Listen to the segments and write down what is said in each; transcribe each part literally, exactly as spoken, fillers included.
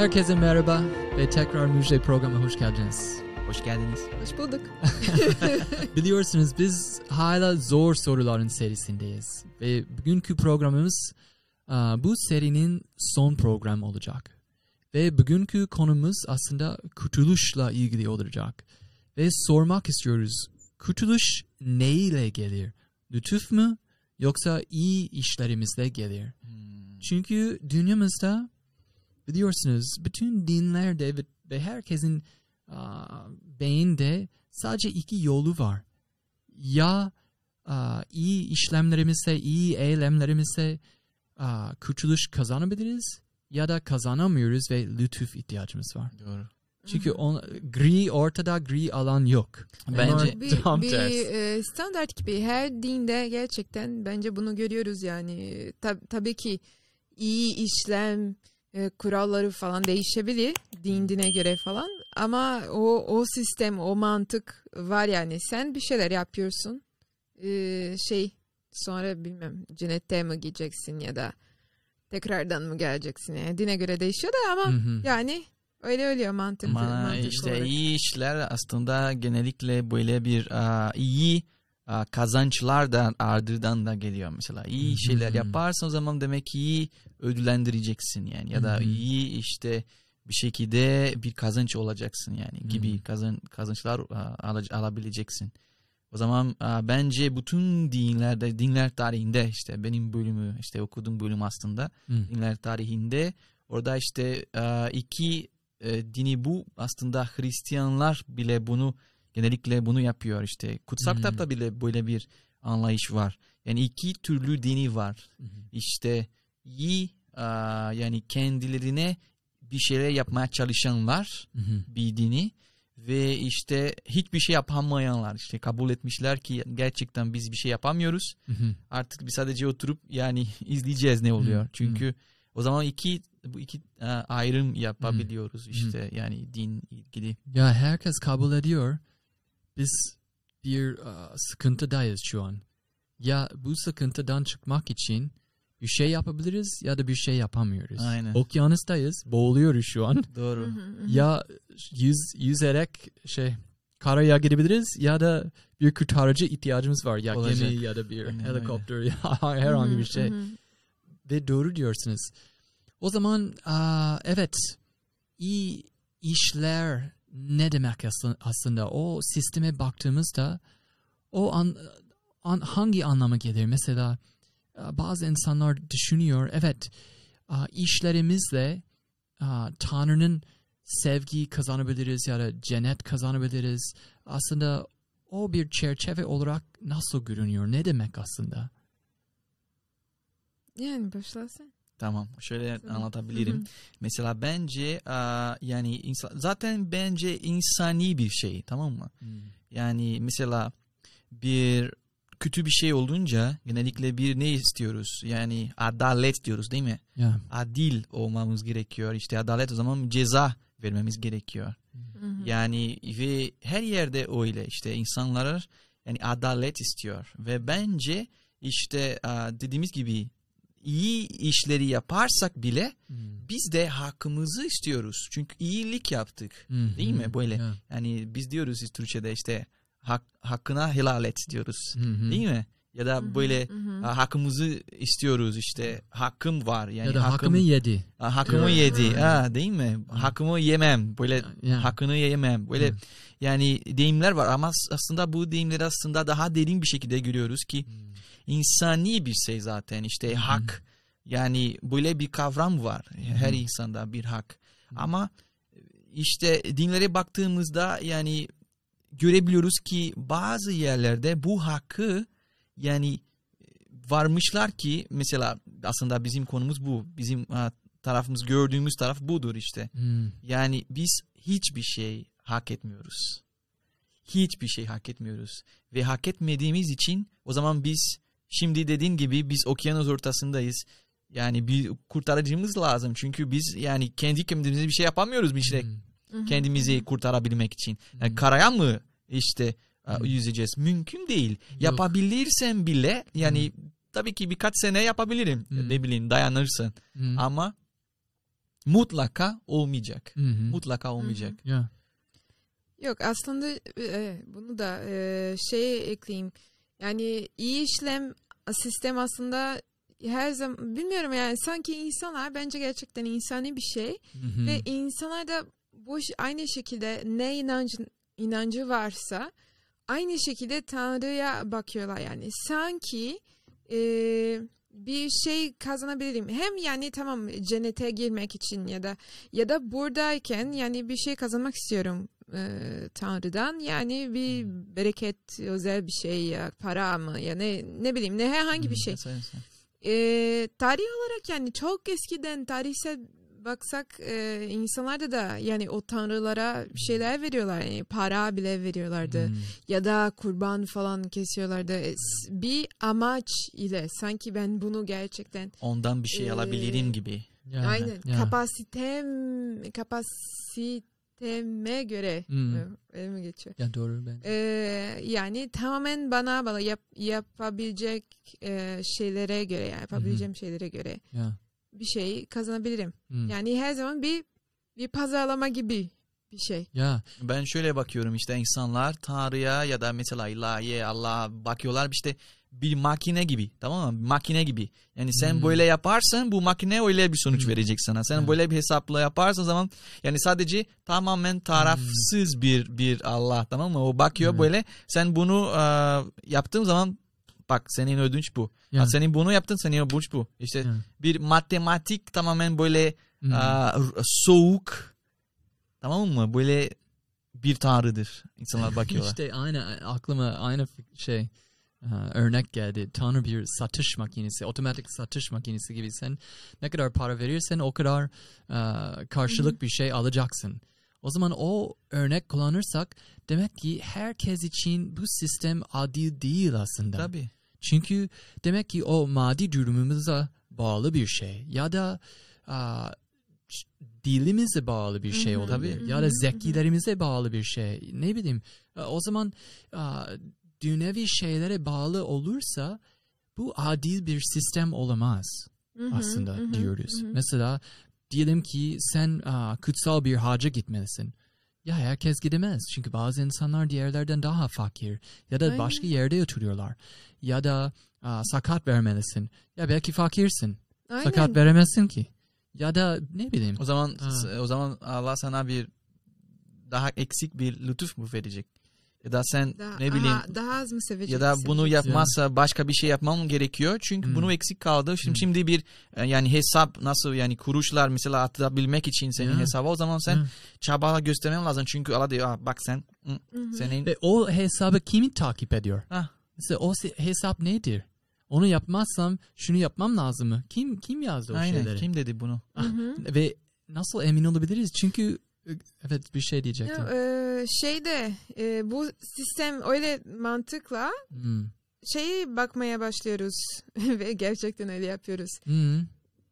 Herkese merhaba ve tekrar Müjde programına hoş geldiniz. Hoş geldiniz. Hoş bulduk. Biliyorsunuz biz hala zor soruların serisindeyiz. Ve bugünkü programımız bu serinin son program olacak. Ve bugünkü konumuz aslında kurtuluşla ilgili olacak. Ve sormak istiyoruz, kurtuluş neyle gelir? Lütuf mu yoksa iyi işlerimizle gelir? Hmm. Çünkü dünyamızda biliyorsunuz bütün dinlerde ve, ve herkesin uh, beyinde sadece iki yolu var. Ya uh, iyi işlemlerimizle, iyi eylemlerimizle uh, kurtuluş kazanabiliriz ya da kazanamıyoruz ve lütuf ihtiyacımız var. Doğru. Çünkü on, gri ortada gri alan yok. Bence bir, tam bir, tersi. E, standart gibi her dinde gerçekten bence bunu görüyoruz yani. Tab- tabii ki iyi işlem e, kuralları falan değişebilir din dine göre falan ama o o sistem, o mantık var yani. Sen bir şeyler yapıyorsun. E, şey sonra bilmem cennete mi gideceksin ya da tekrardan mı geleceksin? Yani dine göre değişiyor da ama Hı hı. yani öyle ölüyor mantık. Ama mantık işte olarak. iyi işler aslında genellikle böyle bir uh, iyi uh, kazançlar da ardından da geliyor mesela. İyi Hı-hı. şeyler yaparsan o zaman demek ki iyi ödüllendireceksin yani ya da Hı-hı. iyi işte bir şekilde bir kazanç olacaksın yani Hı-hı. gibi kazan kazançlar uh, al- alabileceksin. O zaman uh, bence bütün dinlerde, dinler tarihinde işte benim bölümü işte okuduğum bölüm aslında Hı. dinler tarihinde orada işte uh, iki e, dini bu aslında Hristiyanlar bile bunu genellikle bunu yapıyor işte kutsal kitapta hmm. bile böyle bir anlayış var. Yani iki türlü dini var. Hmm. İşte iyi a, yani kendilerine bir şeyler yapmaya çalışanlar hmm. bir dini ve işte hiçbir şey yapamayanlar işte kabul etmişler ki gerçekten biz bir şey yapamıyoruz. Hmm. Artık biz sadece oturup yani izleyeceğiz ne oluyor. Hmm. Çünkü hmm. o zaman iki bu iki uh, ayrım yapabiliyoruz hmm. işte hmm. yani din ilgili. Ya herkes kabul ediyor. Biz bir uh, sıkıntıdayız şu an. Ya bu sıkıntıdan çıkmak için bir şey yapabiliriz ya da bir şey yapamıyoruz. Aynen. Okyanustayız, boğuluyoruz şu an. Doğru. Ya yüz, yüzerek şey karaya gidebiliriz ya da bir kurtarıcı ihtiyacımız var. Ya olacak. gemi ya da bir Aynen, helikopter ya herhangi bir şey. Ve doğru diyorsunuz. O zaman aa, evet iyi işler ne demek aslında? O sisteme baktığımızda o an, an, hangi anlama gelir? Mesela bazı insanlar düşünüyor evet işlerimizle Tanrı'nın sevgi kazanabiliriz ya da cennet kazanabiliriz. Aslında o bir çerçeve olarak nasıl görünüyor? Ne demek aslında? Yani başlasın. Tamam, şöyle anlatabilirim. Hı-hı. Mesela bence uh, yani insan, zaten bence insani bir şey, tamam mı? Hı. Yani mesela bir kötü bir şey olunca genellikle bir ne istiyoruz? Yani adalet diyoruz değil mi? Yeah. Adil olmamız gerekiyor. İşte adalet o zaman ceza vermemiz gerekiyor. Hı-hı. Yani ve her yerde öyle işte insanlar yani adalet istiyor ve bence işte uh, dediğimiz gibi İyi işleri yaparsak bile hmm. biz de hakkımızı istiyoruz. Çünkü iyilik yaptık. Hmm. Değil mi böyle? Yeah. Yani biz diyoruz biz Türkçe'de işte hak, hakkına helal et diyoruz. Hmm. Değil mi? Ya da hmm. böyle hmm. hakkımızı istiyoruz işte. Hakkım var. Yani ya da hakkım, hakkımı yedi. Hakkımı evet. yedi. Hmm. Ha, değil mi? Hmm. Hakkımı yemem. Böyle yeah. hakkını yemem. Böyle hmm. yani deyimler var ama aslında bu deyimleri aslında daha derin bir şekilde görüyoruz ki hmm. insani bir şey zaten işte hmm. hak yani böyle bir kavram var her hmm. insanda bir hak hmm. ama işte dinlere baktığımızda yani görebiliyoruz ki bazı yerlerde bu hakkı yani varmışlar ki mesela aslında bizim konumuz bu bizim tarafımız gördüğümüz taraf budur işte hmm. yani biz hiçbir şey hak etmiyoruz hiçbir şey hak etmiyoruz ve hak etmediğimiz için o zaman biz şimdi dediğin gibi biz okyanus ortasındayız. Yani bir kurtarıcımız lazım. Çünkü biz yani kendi kendimize bir şey yapamıyoruz işte hmm. kendimizi kurtarabilmek için. Yani hmm. karaya mı işte hmm. yüzeceğiz? Mümkün değil. Yok. Yapabilirsen bile yani hmm. tabii ki birkaç sene yapabilirim. Hmm. Ne bileyim dayanırsın. Hmm. Ama mutlaka olmayacak. Hı hı. Mutlaka olmayacak. Hı hı. Yeah. Yok aslında e, bunu da e, şeye ekleyeyim. Yani iyi işlem sistem aslında her zaman bilmiyorum yani sanki insanlar bence gerçekten insani bir şey. Hı hı. Ve insanlar da bu aynı şekilde ne inancı, inancı varsa aynı şekilde Tanrı'ya bakıyorlar yani. Sanki e, bir şey kazanabilirim. Hem yani tamam cennete girmek için ya da ya da buradayken yani bir şey kazanmak istiyorum e, Tanrı'dan. Yani bir bereket, özel bir şey ya para mı ya ne ne bileyim ne herhangi bir şey. E, tarih olarak yani çok eskiden tarihsel baksak e, insanlarda da yani o tanrılara şeyler veriyorlar. Yani para bile veriyorlardı. Hmm. Ya da kurban falan kesiyorlardı. E, bir amaç ile sanki ben bunu gerçekten ondan bir şey e, alabilirim gibi. Yani, aynen. Yani. Kapasitem kapasiteme göre hmm. öyle mi geçiyor? Ya doğru bence. E, yani tamamen bana bana yap, yapabilecek e, şeylere göre yani yapabileceğim hmm. şeylere göre. Yeah. Bir şey kazanabilirim. Hmm. Yani her zaman bir bir pazarlama gibi bir şey. Ya ben şöyle bakıyorum işte insanlar Tanrı'ya ya da mesela ilahiye Allah'a bakıyorlar işte bir makine gibi, tamam mı? Makine gibi. Yani sen hmm. böyle yaparsan bu makine öyle bir sonuç hmm. verecek sana. Sen hmm. böyle bir hesapla yaparsan zaman yani sadece tamamen tarafsız hmm. bir bir Allah, tamam mı? O bakıyor hmm. böyle sen bunu uh, yaptığın zaman bak senin ödünç bu. Yeah. Senin bunu yaptın, senin ödünç bu. İşte yeah. bir matematik tamamen böyle hmm. uh, soğuk, tamam mı? Böyle bir tanrıdır. İnsanlar bakıyorlar. İşte aynı aklıma aynı şey uh, örnek geldi. Tanrı bir satış makinesi, otomatik satış makinesi gibi. Sen ne kadar para verirsen o kadar uh, karşılık hmm. bir şey alacaksın. O zaman o örnek kullanırsak demek ki herkes için bu sistem adil değil aslında. Tabii. Çünkü demek ki o maddi durumumuza bağlı bir şey ya da a, dilimize bağlı bir şey olabilir hı hı, ya da zekilerimize bağlı bir şey. Ne bileyim o zaman a, dünyevi şeylere bağlı olursa bu adil bir sistem olamaz hı hı, aslında hı, diyoruz. Hı. Mesela diyelim ki sen a, kutsal bir hacca gitmelisin. Ya herkes gidemez. Çünkü bazı insanlar diğerlerden daha fakir. Ya da Aynen. başka yerde oturuyorlar. Ya da a, sakat vermelisin. Ya belki fakirsin. Aynen. Sakat veremezsin ki. Ya da ne bileyim. O zaman ha. o zaman Allah sana bir daha eksik bir lütuf mu verecek? Ya da sen daha, ne bileyim aha, daha az mı seveceksin? Ya da bunu yapmazsa ya. başka bir şey yapmam gerekiyor. Çünkü hmm. bunu eksik kaldı. Şimdi hmm. şimdi bir yani hesap nasıl yani kuruşlar mesela atabilmek için senin ya. hesaba o zaman sen ya. çaba göstermen lazım. Çünkü Allah diyor bak sen hmm. senin ve o hesabı kimi takip ediyor? Ah. Mesela o hesap nedir? Onu yapmazsam şunu yapmam lazım mı? Kim kim yazdı o Aynen. şeyleri? Kim dedi bunu? Ah. Ve nasıl emin olabiliriz? Çünkü evet bir şey diyecektim. Ya, e, şeyde e, bu sistem öyle mantıkla hmm. şeyi bakmaya başlıyoruz ve gerçekten öyle yapıyoruz. Hmm.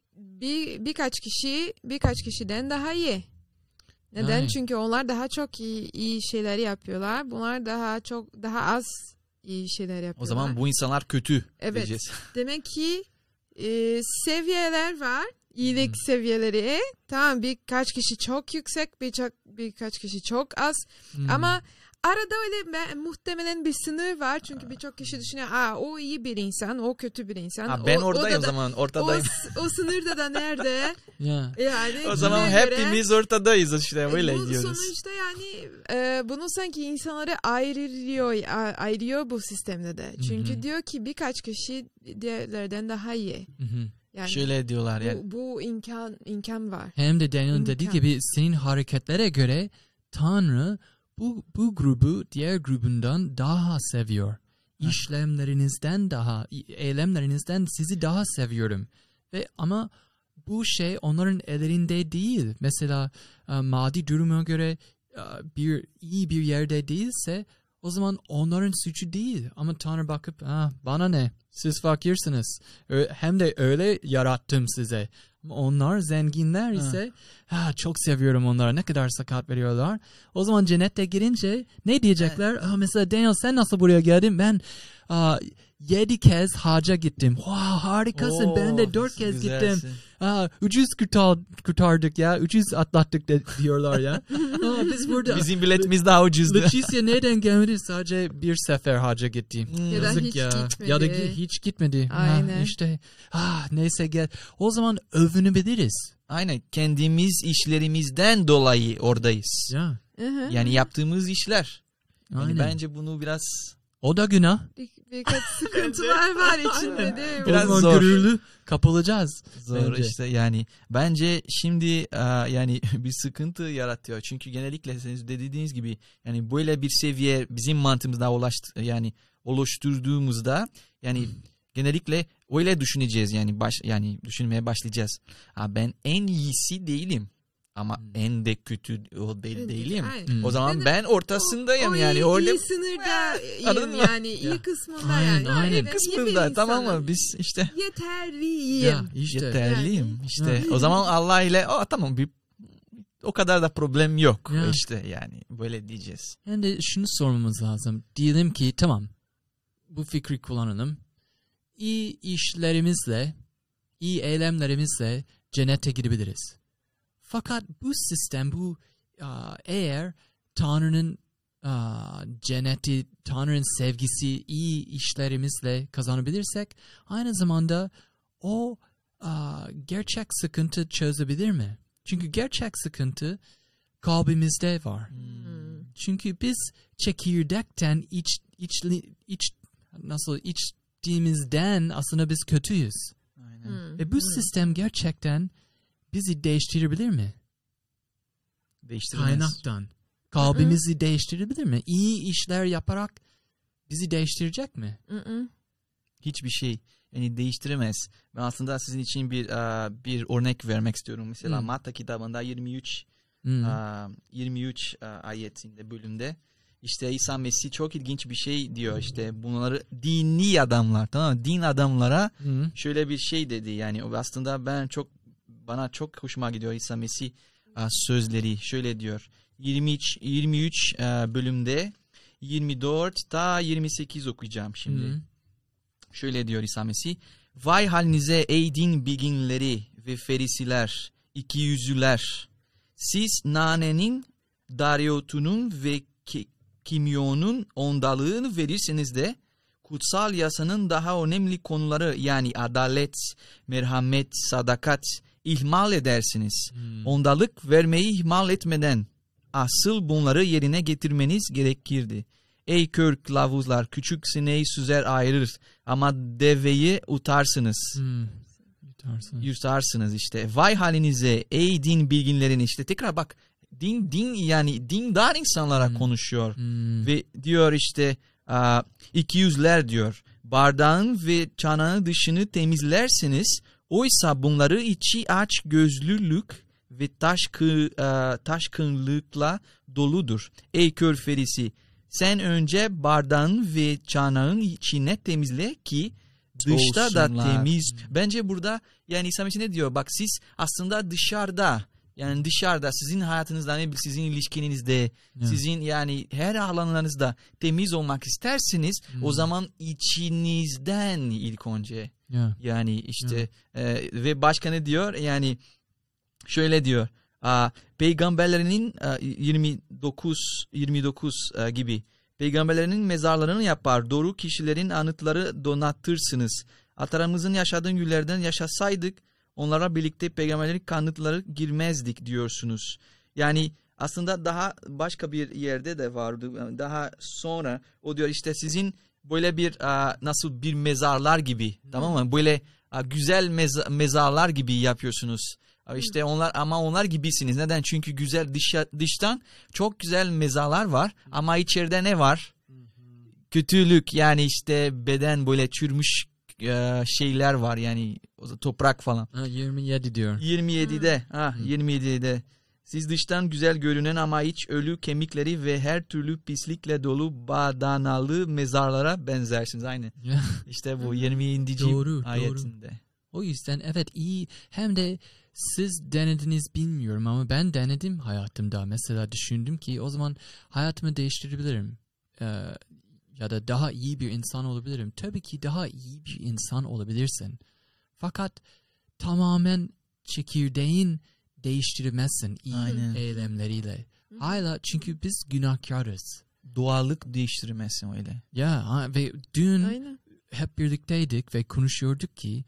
Bir birkaç kişi birkaç kişiden daha iyi. Neden? Yani. Çünkü onlar daha çok iyi, iyi şeyler yapıyorlar. Bunlar daha çok daha az iyi şeyler yapıyorlar. O zaman bu insanlar kötü evet. diyeceğiz. Demek ki e, seviyeler var. İyilik hmm. seviyeleri. Tamam birkaç kişi çok yüksek, birçok birkaç kişi çok az. Hmm. Ama arada öyle ben, muhtemelen bir sınır var. Çünkü birçok kişi düşünüyor, aa o iyi bir insan, o kötü bir insan. Ha, ben o, oradayım o o zaman, ortadayım. O, o sınırda da nerede? yeah. Yani o zaman hepimiz göre, ortadayız işte öyle bu, diyoruz. Sonuçta yani e, bunu sanki insanları ayırıyor, ayırıyor bu sistemde de. Çünkü mm-hmm. diyor ki birkaç kişi diğerlerden daha iyi. Mm-hmm. Yani şöyle diyorlar bu, yani. Bu imkan imkan var. Hem de Daniel'in dediği gibi senin hareketlere göre Tanrı bu bu grubu diğer grubundan daha seviyor. İşlemlerinizden daha, eylemlerinizden sizi daha seviyorum. Ve ama bu şey onların ellerinde değil. Mesela maddi duruma göre bir iyi bir yerde değilse o zaman onların suçu değil. Ama Tanrı bakıp ah, bana ne? Siz fakirsiniz. Hem de öyle yarattım size. Ama onlar zenginler ise ha, çok seviyorum onları. Ne kadar sakat veriyorlar. O zaman cennette girince ne diyecekler? Evet. Ah, mesela Daniel sen nasıl buraya geldin? Ben Aa, yedi kez hacca gittim. Wow, harikasın. Oo, ben de dört kez güzelsin. Gittim. Aa, ucuz kurtar, kurtardık ya. Ucuz atlattık de, diyorlar ya. Aa, biz burada. Bizim biletimiz daha ucuzdu. Leticia neden gelmedi? Sadece bir sefer hacca gittim. Hmm. Ya da hiç ya. gitmedi. Ya da hiç gitmedi. Aynen. Ha, işte. Ah, neyse gel. O zaman övünebiliriz. Aynen. Kendimiz işlerimizden dolayı oradayız. Ya. Yani yaptığımız işler. Yani Aynen. bence bunu biraz... O da günah. Bir, birkaç sıkıntılar var içinde değil mi? Biraz zor. Gürürlü kapılacağız. Zor bence. işte yani. Bence şimdi uh, yani bir sıkıntı yaratıyor. Çünkü genellikle siz de dediğiniz gibi yani böyle bir seviye bizim mantığımızda ulaştı, yani oluşturduğumuzda yani genellikle öyle düşüneceğiz yani baş yani düşünmeye başlayacağız. Ha, ben en iyisi değilim. Ama hmm. en de kötü o değil değilim. Hmm. O zaman ben ortasındayım o, o yani. iyi, Orada iyi sınırdayım yani iyi kısmında aynen, yani. Aynen. İyi kısmında tamam mı biz işte. Yeterliyim. Ya, işte. Yeterliyim yani. işte. O zaman Allah ile o tamam bir o kadar da problem yok ya. işte yani böyle diyeceğiz. Yani de şunu sormamız lazım. Diyelim ki tamam bu fikri kullanalım. İyi işlerimizle, iyi eylemlerimizle cennete girebiliriz. Fakat bu sistem, bu uh, eğer Tanrı'nın uh, cenneti, Tanrı'nın sevgisi iyi işlerimizle kazanabilirsek, aynı zamanda o uh, gerçek sıkıntı çözebilir mi? Çünkü gerçek sıkıntı kalbimizde var. Hmm. Çünkü biz çekirdekten iç, içli, iç nasıl içtiğimizden aslında biz kötüyüz. Aynen. Hmm. Ve bu hmm. sistem gerçekten bizi değiştirebilir mi? Değiştirmez. Kaynaktan. Kalbimizi Hı-hı. değiştirebilir mi? İyi işler yaparak bizi değiştirecek mi? Hı-hı. Hiçbir şey yani değiştiremez. Ben aslında sizin için bir uh, bir örnek vermek istiyorum. Mesela hmm. Matta kitabında yirmi üç hmm. uh, yirmi üç uh, ayetinde bölümde işte İsa Mesih çok ilginç bir şey diyor işte bunları dini adamlar tamam mı? Din adamlara hmm. şöyle bir şey dedi yani aslında ben çok bana çok hoşuma gidiyor İsa Mesih uh, sözleri şöyle diyor yirmi üç yirmi üç uh, bölümde yirmi dört ta yirmi sekiz okuyacağım şimdi. Hmm. Şöyle diyor İsa Mesih. Vay halinize ey din bilginleri ve ferisiler, ikiyüzlüler. Siz nanenin, daryotunun ve ki, kimyonun ondalığını verirseniz de kutsal yasanın daha önemli konuları yani adalet, merhamet, sadakat ihmal edersiniz. Hmm. Ondalık vermeyi ihmal etmeden asıl bunları yerine getirmeniz gerekirdi. Ey kör kılavuzlar, küçük sineği süzer ayırır ama deveyi utarsınız. Hmm. Yutarsınız. Yutarsınız işte. Vay halinize ey din bilginlerin işte. Tekrar bak din din yani dindar insanlara hmm. konuşuyor. Hmm. Ve diyor işte uh, iki yüzler diyor. Bardağın ve çanağın dışını temizlersiniz. Oysa bunları içi aç gözlülük ve taşkı, uh, taşkınlıkla doludur. Ey kör ferisi. Sen önce bardağın ve çanağın içine temizle ki dışta olsunlar. Da temiz. Bence burada yani İsa Mesih ne diyor? Bak siz aslında dışarıda yani dışarıda sizin hayatınızda ne sizin ilişkinizde yeah. sizin yani her alanlarınızda temiz olmak isterseniz hmm. o zaman içinizden ilk önce yeah. yani işte yeah. e, ve başka ne diyor? Yani şöyle diyor. Uh, peygamberlerinin uh, yirmi dokuz yirmi dokuz uh, gibi peygamberlerinin mezarlarını yapar. Doğru kişilerin anıtları donatırsınız. Atalarımızın yaşadığı günlerden yaşasaydık onlara birlikte peygamberlerin kanıtları girmezdik diyorsunuz. Yani aslında daha başka bir yerde de vardı. Daha sonra o diyor işte sizin böyle bir uh, nasıl bir mezarlar gibi hmm. tamam mı? Böyle uh, güzel mez- mezarlar gibi yapıyorsunuz. İşte onlar ama onlar gibisiniz. Neden? Çünkü güzel dış, dıştan çok güzel mezarlar var ama içeride ne var? Kötülük yani işte beden böyle çürümüş e, şeyler var yani toprak falan. Ha, yirmi yedi diyor. yirmi yedide. Ha, yirmi yedide. Siz dıştan güzel görünen ama iç ölü kemikleri ve her türlü pislikle dolu badanalı mezarlara benzersiniz. Aynı. İşte bu yirmi yedinci doğru, ayetinde. Doğru. O yüzden evet iyi hem de siz denediniz bilmiyorum ama ben denedim hayatımda. Mesela düşündüm ki o zaman hayatımı değiştirebilirim. Ee, ya da daha iyi bir insan olabilirim. Tabii ki daha iyi bir insan olabilirsin. Fakat tamamen çekirdeğin değiştirmezsin iyi Aynen. eylemleriyle. Hala çünkü biz günahkarız. Doğallık değiştirmezsin öyle. Ya ve dün Aynen. hep birlikteydik ve konuşuyorduk ki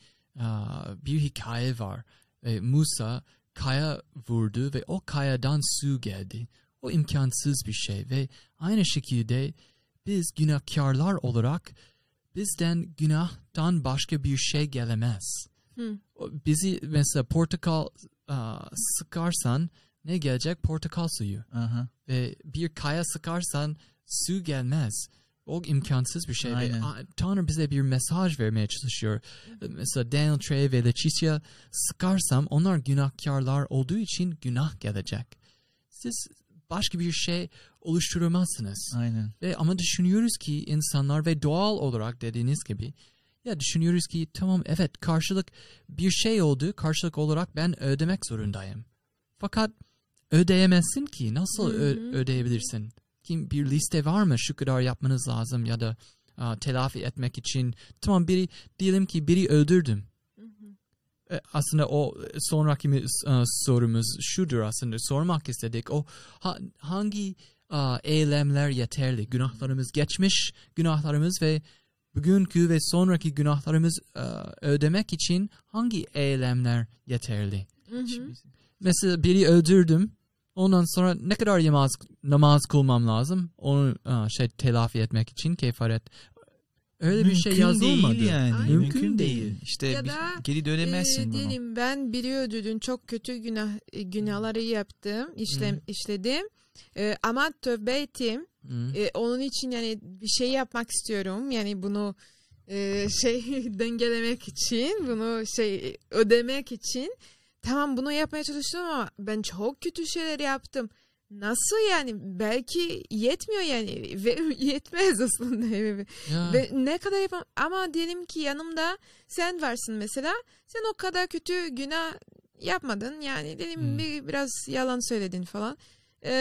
bir hikaye var. Ve Musa kaya vurdu ve o kayadan su geldi. O imkansız bir şey ve aynı şekilde biz günahkarlar olarak bizden günahtan başka bir şey gelemez. Hı. Bizi mesela portakal uh, sıkarsan ne gelecek? Portakal suyu. Aha. Ve bir kaya sıkarsan su gelmez. O imkansız bir şey. Ve Tanrı bize bir mesaj vermeye çalışıyor. Mesela Daniel Trey ve Leticia sıkarsam onlar günahkarlar olduğu için günah gelecek. Siz başka bir şey oluşturamazsınız. Aynen. Ve ama düşünüyoruz ki insanlar ve doğal olarak dediğiniz gibi ya düşünüyoruz ki tamam evet karşılık bir şey oldu. Karşılık olarak ben ödemek zorundayım. Fakat ödeyemezsin ki. Nasıl ö- ödeyebilirsin? Kim bir liste var mı? Şu kadar yapmanız lazım ya da a, telafi etmek için. Tamam biri diyelim ki biri öldürdüm. Hı hı. E, aslında o sonraki uh, sorumuz şudur aslında sormak istedik. O ha, hangi uh, eylemler yeterli? Günahlarımız geçmiş günahlarımız ve bugünkü ve sonraki günahlarımız uh, ödemek için hangi eylemler yeterli? Hı hı. Mesela biri öldürdüm. Ondan sonra ne kadar namaz, namaz kılmam lazım? Onu uh, şey telafi etmek için kefaret. Öyle Mümkün bir şey yazılmadı. değil yani. Aynen. Mümkün, Mümkün değil. değil. İşte Ya bir, da, geri dönemezsin e, bunu. diyelim ben biri öldürdüm. Çok kötü günah günahları yaptım. işlem Hı. işledim. E, ama tövbe ettim. Hı. E, onun için yani bir şey yapmak istiyorum. Yani bunu e, şey dengelemek için, bunu şey ödemek için. Tamam bunu yapmaya çalıştım ama ben çok kötü şeyler yaptım. Nasıl yani? Belki yetmiyor yani. Ve yetmez aslında. Ya. Ve ne kadar yapam ama diyelim ki yanımda sen varsın mesela. Sen o kadar kötü günah yapmadın. Yani dedim Hmm. bir, biraz yalan söyledin falan. Ee,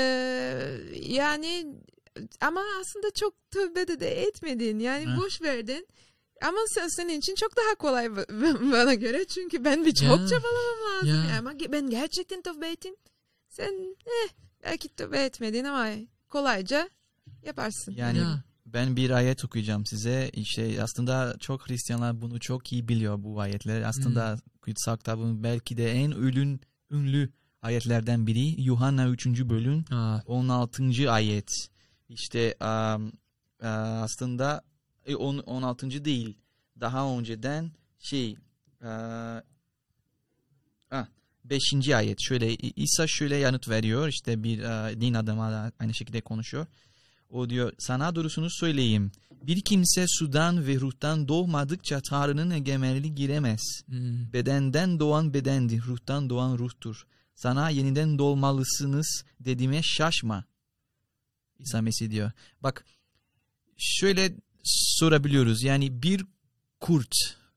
yani ama aslında çok tövbe de, de etmedin. Yani Heh. boş verdin. Ama sen, senin için çok daha kolay bana göre. Çünkü ben bir çok Ya. çabalamam lazım. Ya. Yani. Ama ben gerçekten tövbe ettim. Sen eh, belki tövbe etmedin ama kolayca yaparsın. Yani Ya. ben bir ayet okuyacağım size. İşte aslında çok Hristiyanlar bunu çok iyi biliyor bu ayetleri. Aslında kutsal kitabın belki de en ünlü, ünlü ayetlerden biri. Yuhanna üçüncü bölüm Aa. on altıncı ayet. İşte um, uh, aslında on altıncı değil. Daha önceden şey uh, ah, beşinci ayet. Şöyle İsa şöyle yanıt veriyor. İşte bir uh, din adamı da aynı şekilde konuşuyor. O diyor sana doğrusunu söyleyeyim. Bir kimse sudan ve ruhtan doğmadıkça Tanrı'nın egemenliğine giremez. Hmm. Bedenden doğan bedendir, ruhtan doğan ruhtur. Sana yeniden doğmalısınız dediğime şaşma. İsa Mesih diyor. Bak şöyle sorabiliyoruz. Yani bir kurt.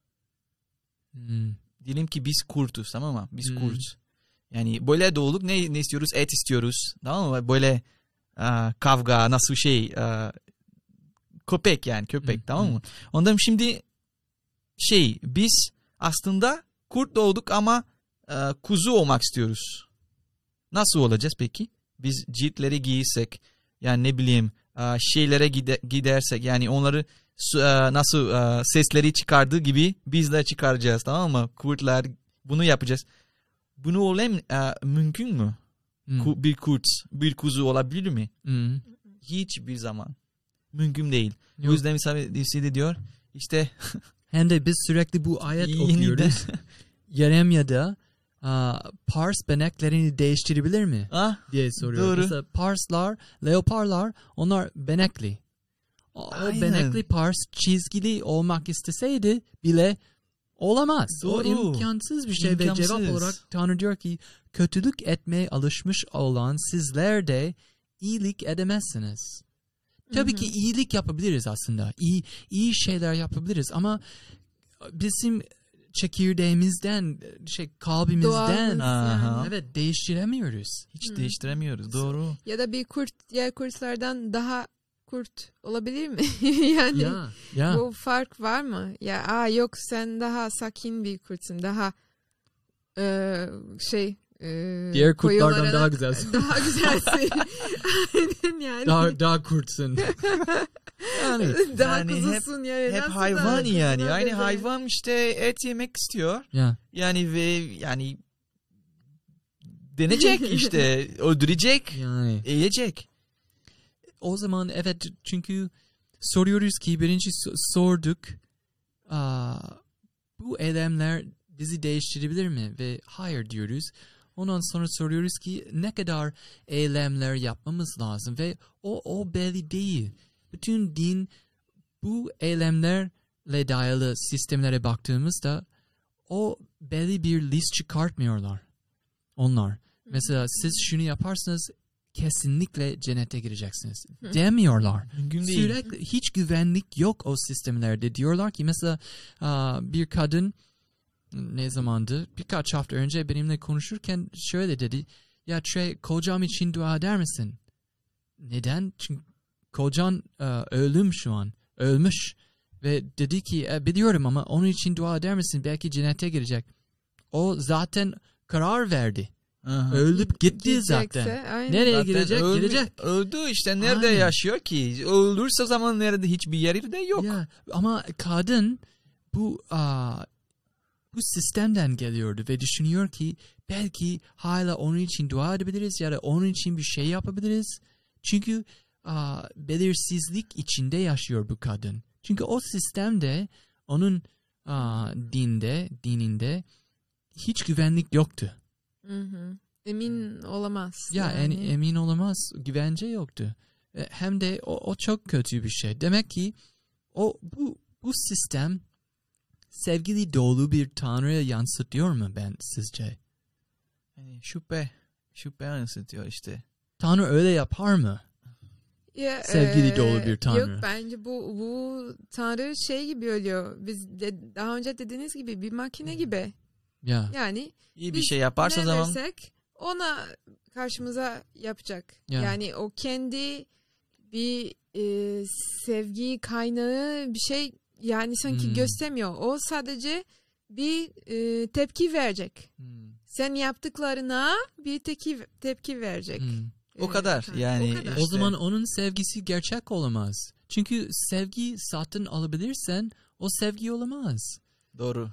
Hmm. Diyelim ki biz kurtuz, tamam mı? Biz Hmm. kurt. Yani böyle doğduk, ne, ne istiyoruz? Et istiyoruz. Tamam mı? Böyle a, kavga, nasıl şey a, köpek yani köpek, Hmm. tamam mı? Ondan şimdi şey biz aslında kurt doğduk ama a, kuzu olmak istiyoruz. Nasıl olacağız peki? Biz ciltleri giysek, yani ne bileyim a, şeylere gide, gidersek, yani onları a, nasıl a, sesleri çıkardığı gibi biz de çıkaracağız, tamam mı? Kurtlar bunu yapacağız. Bunu olem a, mümkün mü? Hmm. Ku, bir kurt, bir kuzu olabilir mi? Hmm. Hiçbir zaman. Mümkün değil. Yok. O yüzden mesela de diyor işte Hem de biz sürekli bu ayet yeniden- okuyoruz. Yeremya'da aa, Pars beneklerini değiştirebilir mi? ah, diye soruyor. Doğru. Mesela Parslar, leoparlar onlar benekli. O, o Aynen. benekli Pars çizgili olmak isteseydi bile olamaz. Doğru. O imkansız bir şey İmkansız. ve cevap olarak Tanrı diyor ki kötülük etmeye alışmış olan sizler de iyilik edemezsiniz. Tabii Hı hı. ki iyilik yapabiliriz aslında. İyi iyi şeyler yapabiliriz ama bizim çekirdeğimizden, şey kalbimizden Doğalımız Aha. yani. evet değiştiremiyoruz. hiç Hı. değiştiremiyoruz. Doğru. Ya da bir kurt diğer kurtlardan daha kurt olabilir mi? Yani ya, ya. bu fark var mı? Ya aa yok sen daha sakin bir kurtsun. Daha e, şey e, diğer kurtlardan koyulara- daha güzelsin. Daha güzelsin. Aynen yani. daha daha kurtsun. Yani, daha yani hep, kuzusun yani. hep Nasıl hayvan daha yani. kuzuna Aynı benzer? hayvan işte et yemek istiyor. Ya. Yani ve yani deneyecek işte öldürecek, Yani. yiyecek. O zaman evet, çünkü soruyoruz ki birinci so- sorduk. Aa, bu eylemler bizi değiştirebilir mi? Ve hayır diyoruz. Ondan sonra soruyoruz ki ne kadar eylemler yapmamız lazım ve o o belli değil. Bütün din bu eylemlerle dayalı sistemlere baktığımızda o belli bir list çıkartmıyorlar. Onlar. Mesela siz şunu yaparsanız kesinlikle cennete gireceksiniz demiyorlar. Mümkün değil. Sürekli hiç güvenlik yok o sistemlerde. Diyorlar ki mesela aa, bir kadın ne zamandı? Birkaç hafta önce benimle konuşurken şöyle dedi. Ya Trey, kocam için dua eder misin? Neden? Çünkü kocan e, ölüm şu an. Ölmüş. Ve dedi ki e, biliyorum ama onun için dua eder misin? Belki cennete girecek. O zaten karar verdi. Aha. Ölüp gitti Gidecekse, zaten. aynen. Nereye Zaten girecek? ölme- Gidecek. Öldü işte, nerede Aynen. yaşıyor ki? Öldürse zaman nerede, hiçbir yeri de yok. Ya, ama kadın bu aa, bu sistemden geliyordu ve düşünüyor ki belki hala onun için dua edebiliriz ya da onun için bir şey yapabiliriz. Çünkü aa, belirsizlik içinde yaşıyor bu kadın. Çünkü o sistemde onun aa, dinde, dininde hiç güvenlik yoktu. Hı hı. Emin olamaz. Ya yani. yani emin olamaz, güvence yoktu. E, Hem de o, o çok kötü bir şey. Demek ki o bu bu sistem sevgili dolu bir tanrıya yansıtıyor mu ben sizce? Yani şüphe, şüphe yansıtıyor işte. Tanrı öyle yapar mı? Ya, Sevgili eee, dolu bir tanrı. Yok, bence bu bu tanrı şey gibi ölüyor. Biz de, daha önce dediğiniz gibi bir makine gibi. Ya. Yani İyi bir biz şey yaparsa ne zaman dersek ona karşımıza yapacak. Ya. Yani o kendi bir e, sevgi kaynağı bir şey yani sanki Hmm. göstermiyor. O sadece bir e, tepki verecek. Hmm. Sen yaptıklarına bir tepki tepki verecek. Hmm. o Ee, kadar ha, yani. o kadar. işte. O zaman onun sevgisi gerçek olamaz. Çünkü sevgi satın alabilirsen o sevgi olamaz. Doğru.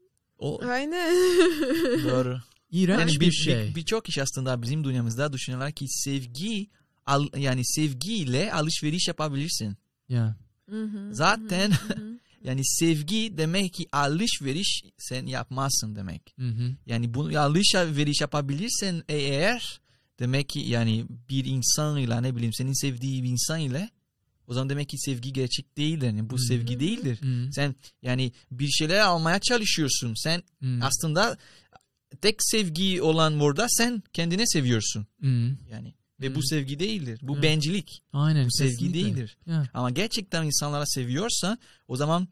O Aynen. Doğru. iğrenç Yani bir, bir, şey. bir, birçok kişi aslında bizim dünyamızda düşünüyorlar ki sevgi al, yani sevgiyle alışveriş yapabilirsin. Ya. Hı hı, Zaten hı hı. yani sevgi demek ki alışveriş sen yapmazsın demek. Hı hı. Yani bunu alışveriş yapabilirsen eğer demek ki yani bir insan ile ne bileyim senin sevdiği bir insan ile o zaman demek ki sevgi gerçek değildir. Yani bu Hı. sevgi değildir. Hı. Sen yani bir şeyler almaya çalışıyorsun. Sen Hı. aslında tek sevgi olan burada sen kendine seviyorsun. Hı. Yani ve Hı. bu sevgi değildir. Bu Evet. bencillik. Aynen. Bu sevgi kesinlikle. değildir. Ya. Ama gerçekten insanlara seviyorsa o zaman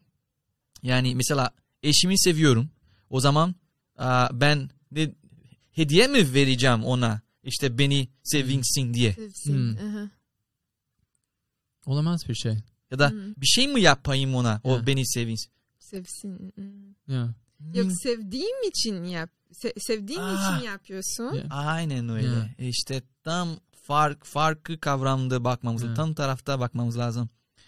yani mesela eşimi seviyorum. O zaman aa, ben de, hediye mi vereceğim ona? İşte beni sevinsin diye. Sevsin. Hmm. Aha. Olamaz bir şey. Ya da Hmm. bir şey mi yapayım ona? O Ya. beni sevinsin. Sevsin. Hmm. Ya. Yok, Hmm. sevdiğim için yap. Se- sevdiğin Ah. için yapıyorsun. Ya. Aynen öyle. Ya. İşte tam fark farkı kavramda bakmamız lazım. Ya. Tam tarafta bakmamız lazım.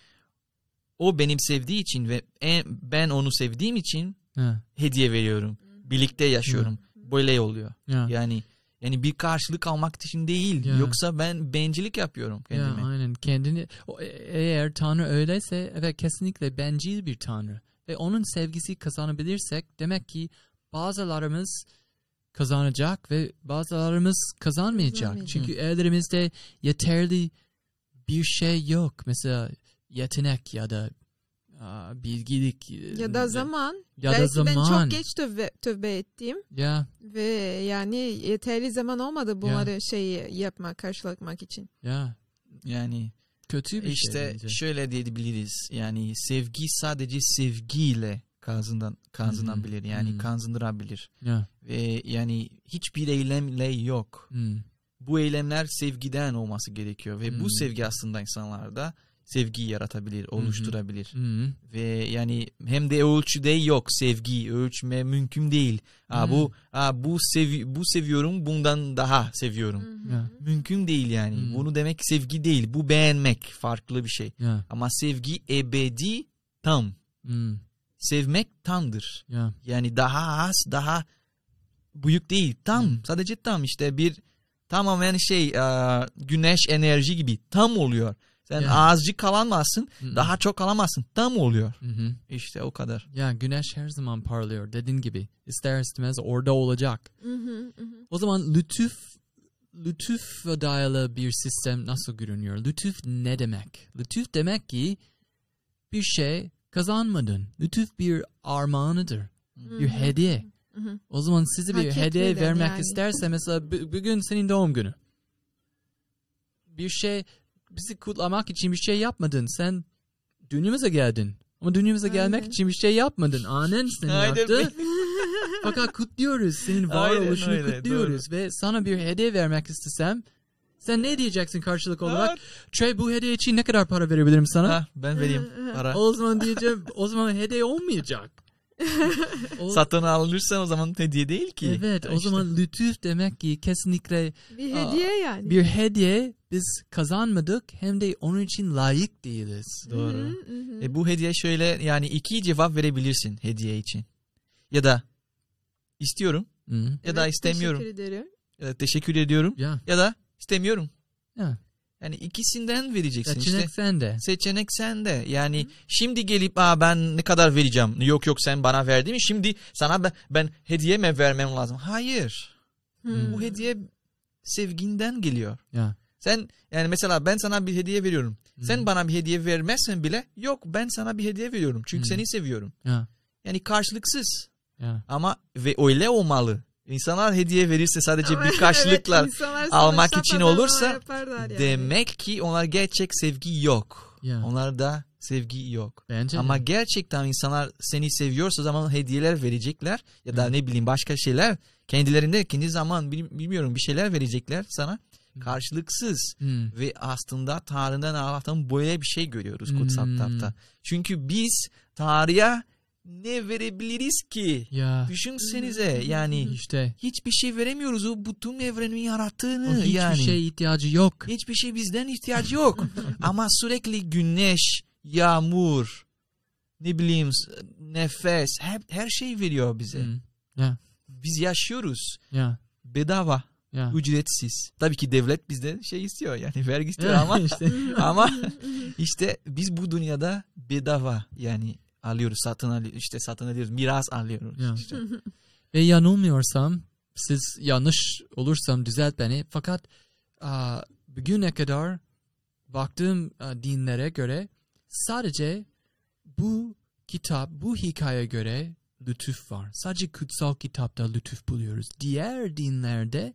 O benim sevdiği için ve en, ben onu sevdiğim için Ya. hediye veriyorum. Birlikte yaşıyorum. Böyle oluyor. Ya. Yani yani bir karşılık almak için değil. Ya. Yoksa ben bencillik yapıyorum kendime. Ya, aynen. Kendini o, e- eğer Tanrı öyleyse evet kesinlikle bencil bir Tanrı. Ve onun sevgisi kazanabilirsek demek ki bazılarımız kazanacak ve bazılarımız kazanmayacak. Kazanmayacak. Çünkü ellerimizde yeterli bir şey yok. Mesela yetenek ya da aa, bilgilik Ya da zaman. ya da Belki zaman. ben çok geç tövbe, tövbe ettim. Ya Ve yani yeterli zaman olmadı bunları şey yapmak, karşılamak için. ya Yani kötü bir işte şey bence. şöyle diyebiliriz. Yani sevgi sadece sevgiyle kazandan kazanabilir. Hmm. Yani Hmm. kazandırabilir. Ya. Ve yani hiçbir eylemle yok. Hmm. Bu eylemler sevgiden olması gerekiyor ve Hmm. bu sevgi aslında insanlarda sevgi yaratabilir, oluşturabilir. Hı-hı. Ve yani hem de ölçüde yok sevgi, ölçme mümkün değil. Aa, bu aa, bu sevi bu seviyorum, bundan daha seviyorum. Yeah. Mümkün değil yani. Hı-hı. Bunu demek sevgi değil. Bu beğenmek farklı bir şey. Yeah. Ama sevgi ebedi, tam. Hı. Sevmek tamdır. Yeah. Yani daha az, daha büyük değil. Tam, Hı. sadece tam. İşte bir tamamen şey e, güneş enerji gibi tam oluyor. Sen Yeah. azıcık alamazsın, Hı-hı. daha çok alamazsın. Tam oluyor. Hı-hı. İşte o kadar. Ya güneş her zaman parlıyor dediğin gibi. İster istemez orada olacak. O zaman lütuf lütufla dayalı bir sistem nasıl görünüyor? Lütuf ne demek? Lütuf demek ki bir şey kazanmadın. Lütuf bir armağanıdır. Bir hediye. O zaman size bir Hak hediye etmeden vermek yani. isterse mesela b- bugün senin doğum günü. Bir şey bizi kutlamak için bir şey yapmadın. Sen dünyamıza geldin. Ama dünyamıza gelmek Aynen. için bir şey yapmadın. Annen seni Aynen. yaptı. Fakat kutluyoruz. Senin varoluşunu Aynen öyle, kutluyoruz. Ve sana bir hediye vermek istesem sen ne diyeceksin karşılık olarak? Trey, bu hediye için ne kadar para verebilirim sana? Ha, ben vereyim para. O zaman diyeceğim, o zaman hediye olmayacak. O- Satın alırsan o zaman hediye değil ki. Evet, Ha, o işte. zaman lütuf demek ki kesinlikle Bir hediye yani. bir hediye, biz kazanmadık hem de onun için layık değiliz. Doğru. Hı hı. E, bu hediye şöyle, yani iki cevap verebilirsin hediye için. Ya da istiyorum Hı. ya da Evet, istemiyorum. Teşekkür ederim. Ya da teşekkür ediyorum Ya, ya da istemiyorum. ya. Yani ikisinden vereceksin Seçenek işte. sende. Seçenek sende. Yani Hı. şimdi gelip Aa, ben ne kadar vereceğim? Yok yok sen bana verdin mi? Şimdi sana ben, ben hediye mi vermem lazım? Hayır. Hı. Bu hediye sevginden geliyor. Ya. Sen yani mesela ben sana bir hediye veriyorum. Hı. Sen bana bir hediye vermezsen bile yok ben sana bir hediye veriyorum. Çünkü Hı. seni seviyorum. Ya. Yani karşılıksız. Ya. Ama ve öyle olmalı. İnsanlar hediye verirse sadece Ama bir karşılıkla evet, insanlar sana almak şapadan için ona olursa yaparlar yani. demek ki onlar gerçek sevgi yok. Ya. Onlarda sevgi yok. Bence Ama de. gerçekten insanlar seni seviyorsa zaman hediyeler verecekler ya da Hı. ne bileyim başka şeyler kendilerinde kendi zaman bil- bilmiyorum bir şeyler verecekler sana karşılıksız. Hı. Ve aslında Tanrı'dan Allah'tan böyle bir şey görüyoruz kutsal Hmm. kitapta. Çünkü biz Tanrı'ya ne verebiliriz ki? Ya. Düşünsenize yani İşte hiçbir şey veremiyoruz. O bütün evrenin yarattığını o hiçbir yani. şey ihtiyacı yok. Hiçbir şey bizden ihtiyacı yok. Ama sürekli güneş, yağmur, ne bileyim nefes, hep her şey veriyor bize. Hı. Ya. Biz yaşıyoruz Ya. bedava, Ya. ücretsiz. Tabii ki devlet bizden şey istiyor yani vergi istiyor Ya, ama işte. ama işte biz bu dünyada bedava yani alıyoruz, satın alıyoruz, işte satın alıyoruz, miras alıyoruz. Ya. işte. Ve yanılmıyorsam, siz yanlış olursam düzelt beni. Fakat a, bugüne kadar baktığım a, dinlere göre sadece bu kitap, bu hikaye göre lütuf var. Sadece kutsal kitapta lütuf buluyoruz. Diğer dinlerde,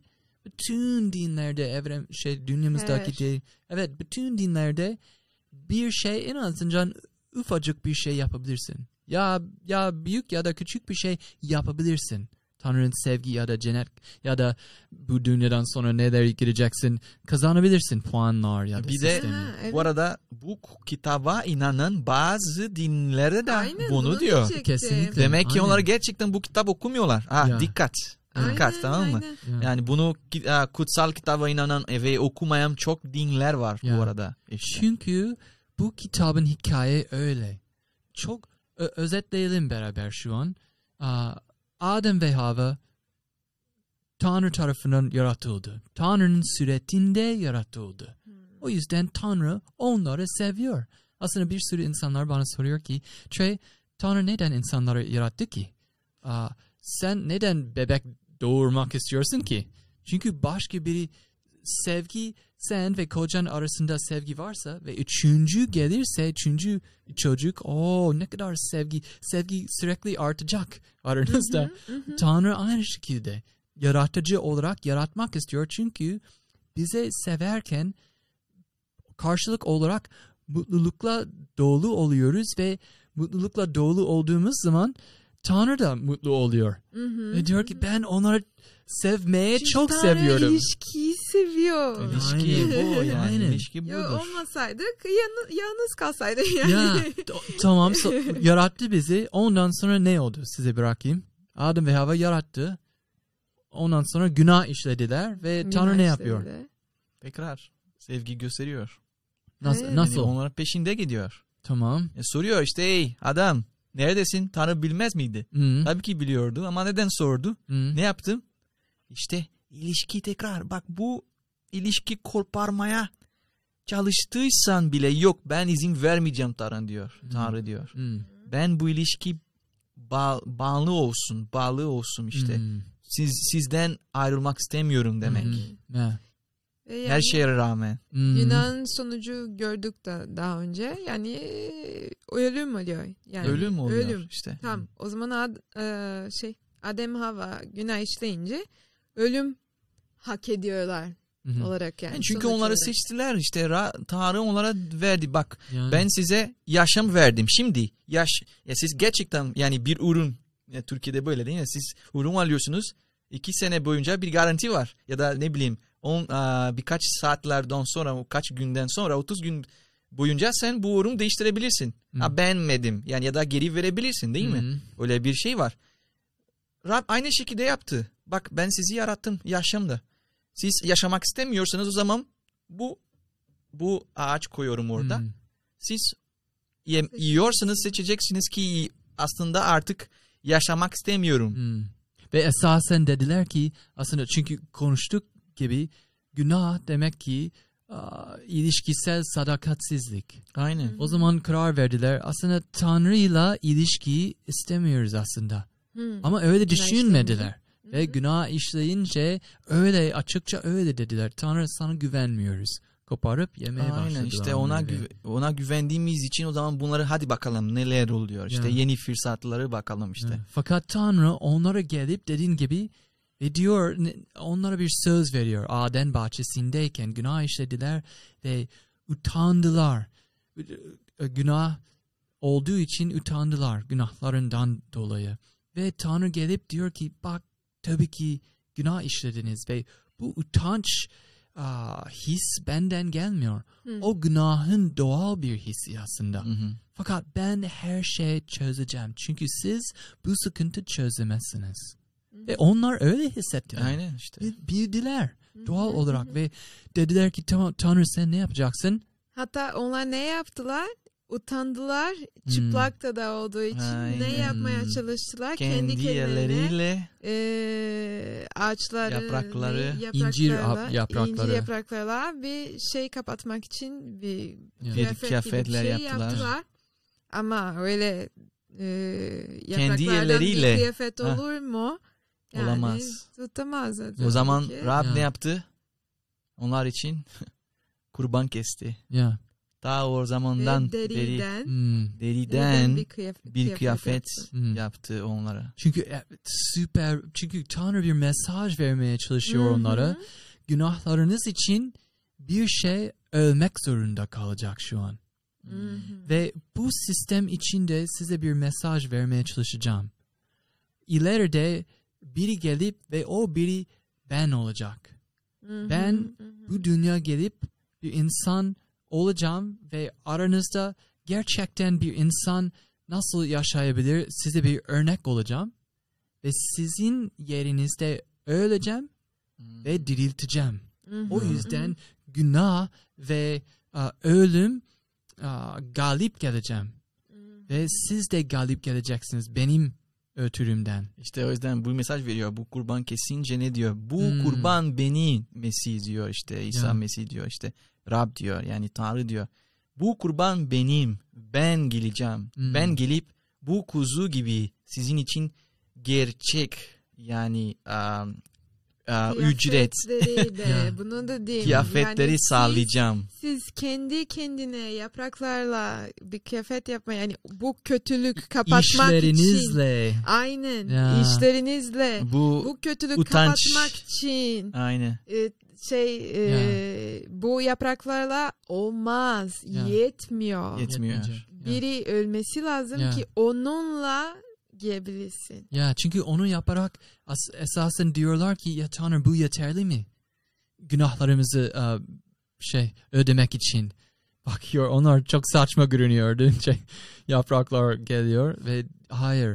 bütün dinlerde, evren şey dünyamızdaki Evet. değil, evet bütün dinlerde bir şey en azından ufacık bir şey yapabilirsin. Ya ya büyük ya da küçük bir şey yapabilirsin. Tanrı'nın sevgi ya da cennet ya da bu dünyadan sonra neler gireceksin kazanabilirsin puanlar ya da Bir de- sistemi. Ha, evet. Bu arada bu kitaba inanan bazı dinlere de Aynen, bunu, bunu diyor. diyecektim. Kesinlikle. Demek ki Aynen. onlar gerçekten bu kitap okumuyorlar. Ha Ya. dikkat. Dikkat Aynen, tamam mı? aynen. Ya. Yani bunu ki- a, kutsal kitaba inanan ve okumayan çok dinler var Ya. bu arada. İşte. Çünkü bu kitabın hikaye öyle. Çok ö- özetleyelim beraber şu an. Aa, Adem ve Havva Tanrı tarafından yaratıldı. Tanrı'nın suretinde yaratıldı. O yüzden Tanrı onları seviyor. Aslında bir sürü insanlar bana soruyor ki, Trey, Tanrı neden insanları yarattı ki? Aa, sen neden bebek doğurmak istiyorsun ki? Çünkü başka biri sevgi, sen ve kocan arasında sevgi varsa ve üçüncü gelirse, üçüncü çocuk, o ne kadar sevgi, sevgi sürekli artacak aranızda. Tanrı aynı şekilde yaratıcı olarak yaratmak istiyor. Çünkü bize severken karşılık olarak mutlulukla dolu oluyoruz ve mutlulukla dolu olduğumuz zaman Tanrı da mutlu oluyor. Ve diyor ki ben onları sevmeye Çünkü çok Tanrı seviyorum. ilişkiyi seviyor. İlişki bu yani. Aynen. İlişki budur. Ya olmasaydık yan, yalnız kalsaydık yani. Ya t- tamam so, yarattı bizi. Ondan sonra ne oldu? Size bırakayım. Adem ve Havva yarattı. Ondan sonra günah işlediler ve Günah Tanrı ne yapıyor? işledi. Tekrar sevgi gösteriyor. Nasıl? Evet. Nasıl? Yani onların peşinde gidiyor. Tamam. E soruyor işte ey adam neredesin? Tanrı bilmez miydi? Hı. Tabii ki biliyordu ama neden sordu? Hı. Ne yaptım? İşte ilişki tekrar. Bak bu ilişki koparmaya çalıştıysan bile yok ben izin vermeyeceğim Tanrı diyor. Hmm. Tanrı diyor. Hı. Ben bu ilişki bağ, bağlı olsun, bağlı olsun işte. Hı. Siz sizden ayrılmak istemiyorum demek. Hı. Ya. Ve yani Her şeye rağmen. Hı. Günahın sonucu gördük da daha önce. Yani e, ölüm oluyor. Yani Ölüm oluyor ölüm. işte. Tamam. O zaman ad, e, şey Adem Havva günah işleyince ölüm hak ediyorlar Hı. olarak yani. Yani çünkü sonuç onları olarak. seçtiler işte Ra- Tanrı onlara verdi bak Yani. ben size yaşam verdim şimdi yaş ya siz gerçekten yani bir ürün ya Türkiye'de böyle değil mi siz ürün alıyorsunuz iki sene boyunca bir garanti var ya da ne bileyim on, aa, birkaç saatlerden sonra kaç günden sonra otuz gün boyunca sen bu ürünü değiştirebilirsin. Hı. Ha, beğenmedim yani ya da geri verebilirsin değil mi? Hı. Öyle bir şey var. Rab aynı şekilde yaptı. Bak ben sizi yarattım yaşamda. Siz yaşamak istemiyorsanız o zaman bu bu ağaç koyuyorum orada. Hı. Siz ye, yiyorsanız seçeceksiniz ki aslında artık yaşamak istemiyorum. Hmm. Ve esasen dediler ki aslında çünkü konuştuk gibi günah demek ki a, ilişkisel sadakatsizlik. Aynen. O zaman karar verdiler aslında Tanrı'yla ilişkiyi istemiyoruz aslında. Hı. Ama öyle Günah düşünmediler. işleyince. Ve Hı hı. günah işleyince öyle açıkça öyle dediler. Tanrı sana güvenmiyoruz. Koparıp yemeye başladılar. Aynen işte ona onları. güve, ona güvendiğimiz için o zaman bunları hadi bakalım neler oluyor. İşte Ya. yeni fırsatları bakalım işte. Evet. Fakat Tanrı onlara gelip dediğin gibi ve diyor ne- onlara bir söz veriyor. Aden bahçesindeyken günah işlediler ve utandılar. Günah olduğu için utandılar günahlarından dolayı. Ve Tanrı gelip diyor ki bak tabii ki günah işlediniz ve bu utanç aa, his benden gelmiyor. Hı. O günahın doğal bir hissi aslında. Hı hı. Fakat ben her şeyi çözeceğim. Çünkü siz bu sıkıntı çözemezsiniz. Ve onlar öyle hissettiler. Aynen işte. Bil- Bildiler doğal Hı hı. olarak ve dediler ki tamam Tanrı sen ne yapacaksın? Hatta onlar ne yaptılar? Utandılar. Çıplakta da olduğu için Aynen. ne yapmaya çalıştılar? Kendi, Kendi kendilerine elleriyle e, ağaçları, Yaprakları, ne- incir yapraklarla, ap- yaprakları. incir yapraklarla bir şey kapatmak için bir Yani. kıyafet gibi bir kıyafetler şey yaptılar. yaptılar. Ama öyle e, Kendi yapraklardan elleriyle. bir kıyafet Ha. olur mu? Yani Olamaz. tutamaz. O zaman tabii ki. Rab Ya. ne yaptı? Onlar için kurban kesti. Ya. Daha o Ve zamandan beri deriden, Hmm. deriden bir kıyafet, bir kıyafet yaptı. Hmm. yaptı onlara. Çünkü e, süper çünkü Tanrı bir mesaj vermeye çalışıyor Hı hı. onlara. Günahlarınız için bir şey ölmek zorunda kalacak şu an. Hı hı. Ve bu sistem içinde size bir mesaj vermeye çalışacağım. İleride biri gelip ve o biri ben olacak. Hı hı. Ben Hı hı. bu dünya gelip bir insan olacağım ve aranızda gerçekten bir insan nasıl yaşayabilir size bir örnek olacağım. Ve sizin yerinizde öleceğim ve dirilteceğim. Hı hı. O yüzden günah ve a, ölüm a, galip geleceğim. Ve siz de galip geleceksiniz benim ötürümden. İşte o yüzden bu mesaj veriyor. Bu kurban kesince ne diyor? Bu Hmm. kurban beni Mesih diyor işte. İsa Ya. Mesih diyor işte. Rab diyor yani Tanrı diyor. Bu kurban benim. Ben geleceğim. Hmm. Ben gelip bu kuzu gibi sizin için gerçek yani um, uh, ücret Kıyafetleri de, Ya. bunu da diyeyim. kıyafetleri Yani siz- sağlayacağım. Siz kendi kendine yapraklarla bir kıyafet yapma yani bu kötülük kapatmak için. İşlerinizle. Aynen. Ya. İşlerinizle. Bu, Bu kötülük utanç. kapatmak için aynı. e, şey e, bu yapraklarla olmaz. Ya. Yetmiyor. Yetmiyor. Yetmeyecek. Ya. Biri ölmesi lazım Ya. ki onunla giyebilirsin. Ya çünkü onu yaparak as- esasen diyorlar ki ya Tanrı bu yeterli mi? Günahlarımızı uh, şey ödemek için. Bakıyor onlar çok saçma görünüyordu. Şey, yapraklar geliyor ve hayır.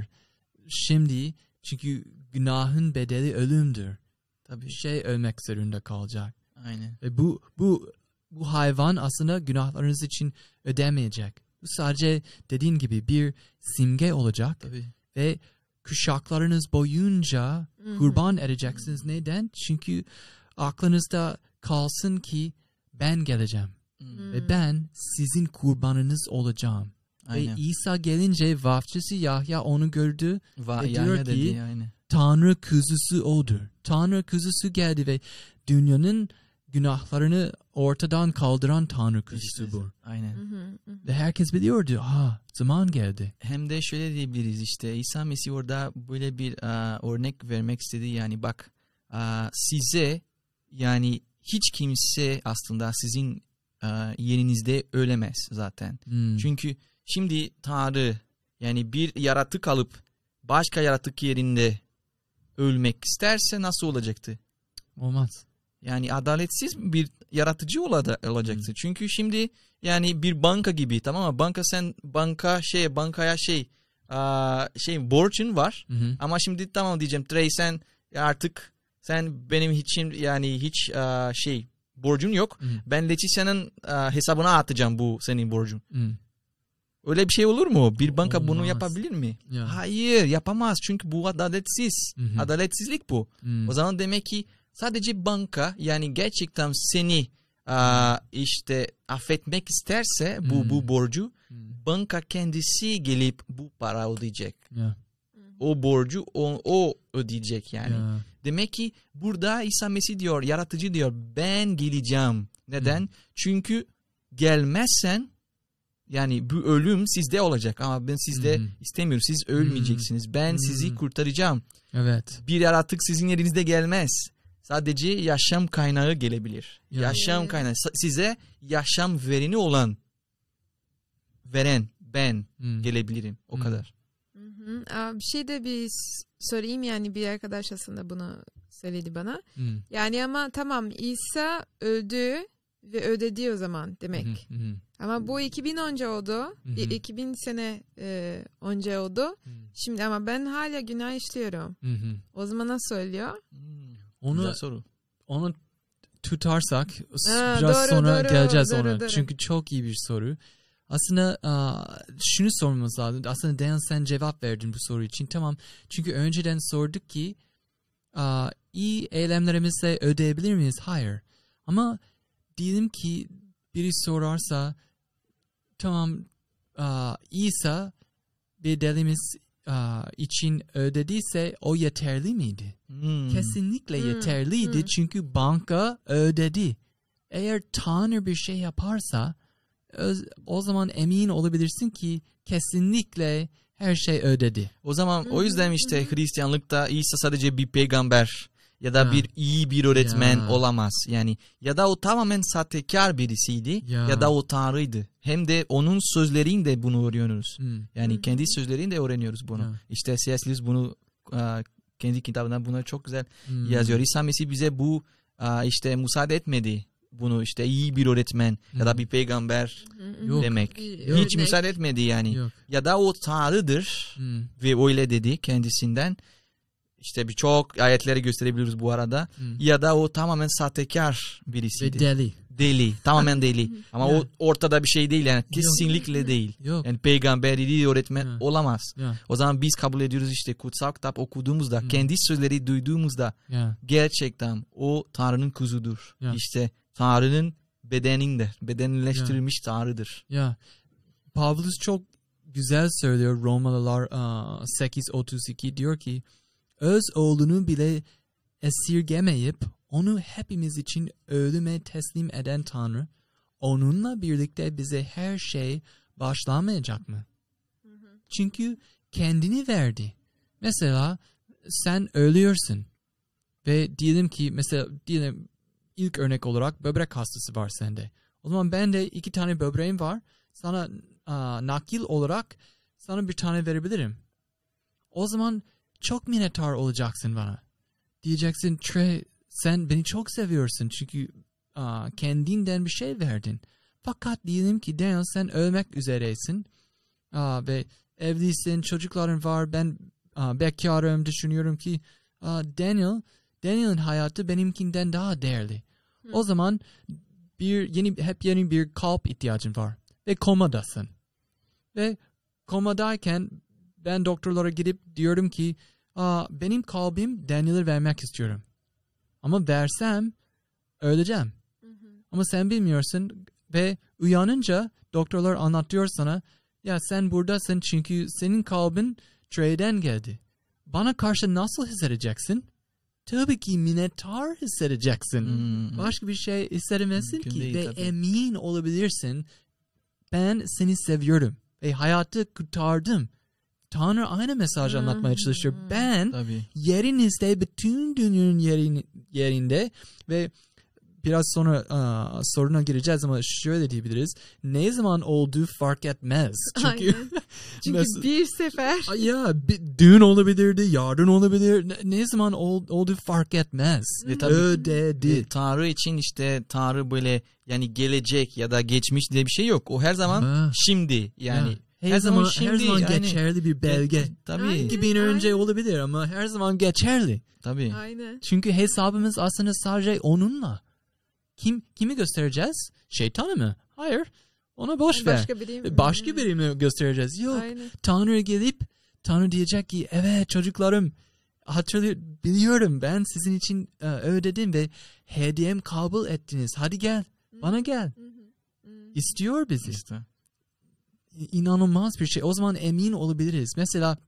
Şimdi çünkü günahın bedeli ölümdür. Tabii şey ölmek zorunda kalacak. Aynen. Ve bu bu bu hayvan aslında günahlarınız için ödemeyecek. Bu sadece dediğin gibi bir simge olacak. Tabii. Ve kuşaklarınız boyunca Hı-hı. kurban edeceksiniz. Neden? Çünkü aklınızda kalsın ki ben geleceğim. Hı-hı. Ve ben sizin kurbanınız olacağım. Aynen. Ve İsa gelince vaftizi Yahya onu gördü Va- ve diyor ki dedi, aynen. Tanrı kuzusu odur. Tanrı kuzusu geldi ve dünyanın günahlarını ortadan kaldıran Tanrı kuzusu İşte, bu. aynen. Hı hı, hı. Ve herkes biliyordu. Ha, zaman geldi. Hem de şöyle diyebiliriz işte İsa Mesih orada böyle bir uh, örnek vermek istedi. Yani bak uh, size yani hiç kimse aslında sizin uh, yerinizde ölemez zaten. Hmm. Çünkü şimdi Tanrı yani bir yaratık alıp başka yaratık yerinde ölmek isterse nasıl olacaktı? Olmaz. Yani adaletsiz bir yaratıcı olacaktı. Hmm. Çünkü şimdi yani bir banka gibi, tamam mı? Banka sen banka şey bankaya şey a, şey borcun var. Hı hı. Ama şimdi tamam diyeceğim Trey sen artık sen benim için yani hiç a, şey borcun yok. Hı hı. Ben Leticia'nın hesabına atacağım bu senin borcun. Hı. Öyle bir şey olur mu? Bir banka Olmaz. bunu yapabilir mi? Ya. Hayır, yapamaz. Çünkü bu adaletsiz. Hı hı. Adaletsizlik bu. Hı. O zaman demek ki sadece banka yani gerçekten seni a, işte affetmek isterse bu Hmm. bu borcu Hmm. banka kendisi gelip bu para ödeyecek. Ya. O borcu o, o ödeyecek yani. Ya. Demek ki burada İsa Mesih diyor, yaratıcı diyor ben geleceğim. Neden? Hmm. Çünkü gelmezsen yani bu ölüm sizde olacak ama ben sizde Hmm. istemiyorum. Siz ölmeyeceksiniz. Ben Hmm. sizi kurtaracağım. Evet. Bir yaratık sizin yerinizde gelmez. Sadece yaşam kaynağı gelebilir. Ya. Yaşam Evet. kaynağı. Size yaşam vereni olan veren ben Hmm. gelebilirim. O Hmm. kadar. Hı hı. Aa, bir şey de bir s- sorayım yani bir arkadaş aslında bunu söyledi bana. Hmm. Yani ama tamam İsa öldü ve ödedi o zaman demek. Hı hı. Hı. Ama bu iki bin önce oldu. Hı Bir hı. iki bin sene e, önce oldu. Hı. Şimdi ama ben hala günah işliyorum. Hı hı. O zaman nasıl söylüyor? Hmm. Onu Güzel soru. onu tutarsak Ha, biraz doğru, sonra doğru, geleceğiz doğru, ona. doğru. Çünkü çok iyi bir soru. Aslında aa, şunu sormamız lazım. Aslında Dan sen cevap verdin bu soru için. Tamam. Çünkü önceden sorduk ki aa, iyi eylemlerimizle ödeyebilir miyiz? Hayır. Ama diyelim ki biri sorarsa tamam aa, İsa bedelimiz aa, için ödediyse o yeterli miydi? Hmm. Kesinlikle Hmm, yeterliydi hmm. çünkü banka ödedi. Eğer Tanrı bir şey yaparsa öz- o zaman emin olabilirsin ki kesinlikle her şey ödedi. O zaman Hı o hı, yüzden işte hı hı. Hristiyanlıkta İsa sadece bir peygamber ya da Ya. bir iyi bir öğretmen Ya. olamaz. Yani ya da o tamamen sahtekar birisiydi Ya. ya da o tanrıydı. Hem de onun sözlerinde bunu öğreniyoruz. Hmm. Yani Hı hı. kendi sözlerinde öğreniyoruz bunu. Ya. İşte C S Lewis bunu a, kendi kitabından bunu çok güzel Hmm. yazıyor. İsa Mesih bize bu a, işte müsaade etmedi. Bunu işte iyi bir öğretmen ya da Hmm. bir peygamber Hı hı. Yok. demek. Bir Hiç örnek. müsaade etmedi yani. Yok. Ya da o tanrıdır Hmm. ve öyle dedi kendisinden. İşte birçok ayetleri gösterebiliriz bu arada. Hmm. Ya da o tamamen sahtekar birisiydi. Ve deli. Deli. Tamamen deli. Ama Ya. o ortada bir şey değil yani. Kesinlikle değil. Yok. Yani peygamber, iyi öğretmen Ya. olamaz. Ya. O zaman biz kabul ediyoruz işte kutsal kitap okuduğumuzda, Hmm. kendi sözleri duyduğumuzda Ya. gerçekten o Tanrı'nın kuzudur. Ya. İşte Tanrı'nın bedeninde, bedenleştirilmiş Tanrı'dır. Ya. Pavlus çok güzel söylüyor Romalılar sekiz otuz iki diyor ki öz oğlunu bile esirgemeyip onu hepimiz için ölüme teslim eden Tanrı onunla birlikte bize her şey bağışlamayacak mı? Çünkü kendini verdi. Mesela sen ölüyorsun ve diyelim ki mesela diyelim ilk örnek olarak böbrek hastası var sende. O zaman ben de iki tane böbreğim var. Sana a, nakil olarak sana bir tane verebilirim. O zaman çok minnettar olacaksın bana. Diyeceksin Trey, sen beni çok seviyorsun çünkü aa, kendinden bir şey verdin. Fakat diyelim ki Daniel sen ölmek üzereysin aa, ve evlisin, çocukların var, ben aa, bekarım, düşünüyorum ki aa, Daniel, Daniel'in hayatı benimkinden daha değerli. Hı. O zaman bir yeni hep yeni bir kalp ihtiyacın var ve komadasın. Ve komadayken ben doktorlara gidip diyorum ki aa, benim kalbim Daniel'e vermek istiyorum. Ama versem öleceğim. Hı hı. Ama sen bilmiyorsun ve uyanınca doktorlar anlatıyor sana ya sen buradasın çünkü senin kalbin Trey'den geldi. Bana karşı nasıl hissedeceksin? Tabii ki minnettar hissedeceksin. Hmm. Başka bir şey hissedemezsin ki değil, ve tabii. Emin olabilirsin ben seni seviyorum ve hayatı kurtardım. Tanrı aynı mesajı hmm. anlatmaya çalışıyor. Ben tabii. Yerinizde, bütün dünyanın yerin, yerinde ve biraz sonra aa, soruna gireceğiz ama şöyle diyebiliriz. Ne zaman olduğu fark etmez. Çünkü Çünkü mesela, bir sefer. Ya bir, dün olabilirdi, yarın olabilir. Ne, ne zaman ol, olduğu fark etmez. Ve tabii Ödedi. Tanrı için işte Tanrı böyle yani gelecek ya da geçmiş diye bir şey yok. O her zaman ha. şimdi yani. Ya. Her, her zaman, zaman şimdi her zaman yani, geçerli bir belge. E, tabii. iki bin önce olabilir ama her zaman geçerli. Tabii. Aynen. Çünkü hesabımız aslında sadece onunla. Kim kimi göstereceğiz? Şeytanı mı? Hayır. Ona boş ver. Başka biri mi? Başka biri mi göstereceğiz? Yok. Aynen. Tanrı gelip Tanrı diyecek ki evet çocuklarım hatırlıyor biliyorum ben sizin için e, ödedim ve hediyem kabul ettiniz. Hadi gel. Hı. Bana gel. Hı hı. Hı. İstiyor bizi. İşte. İnanılmaz bir şey. O zaman emin olabiliriz. Mesela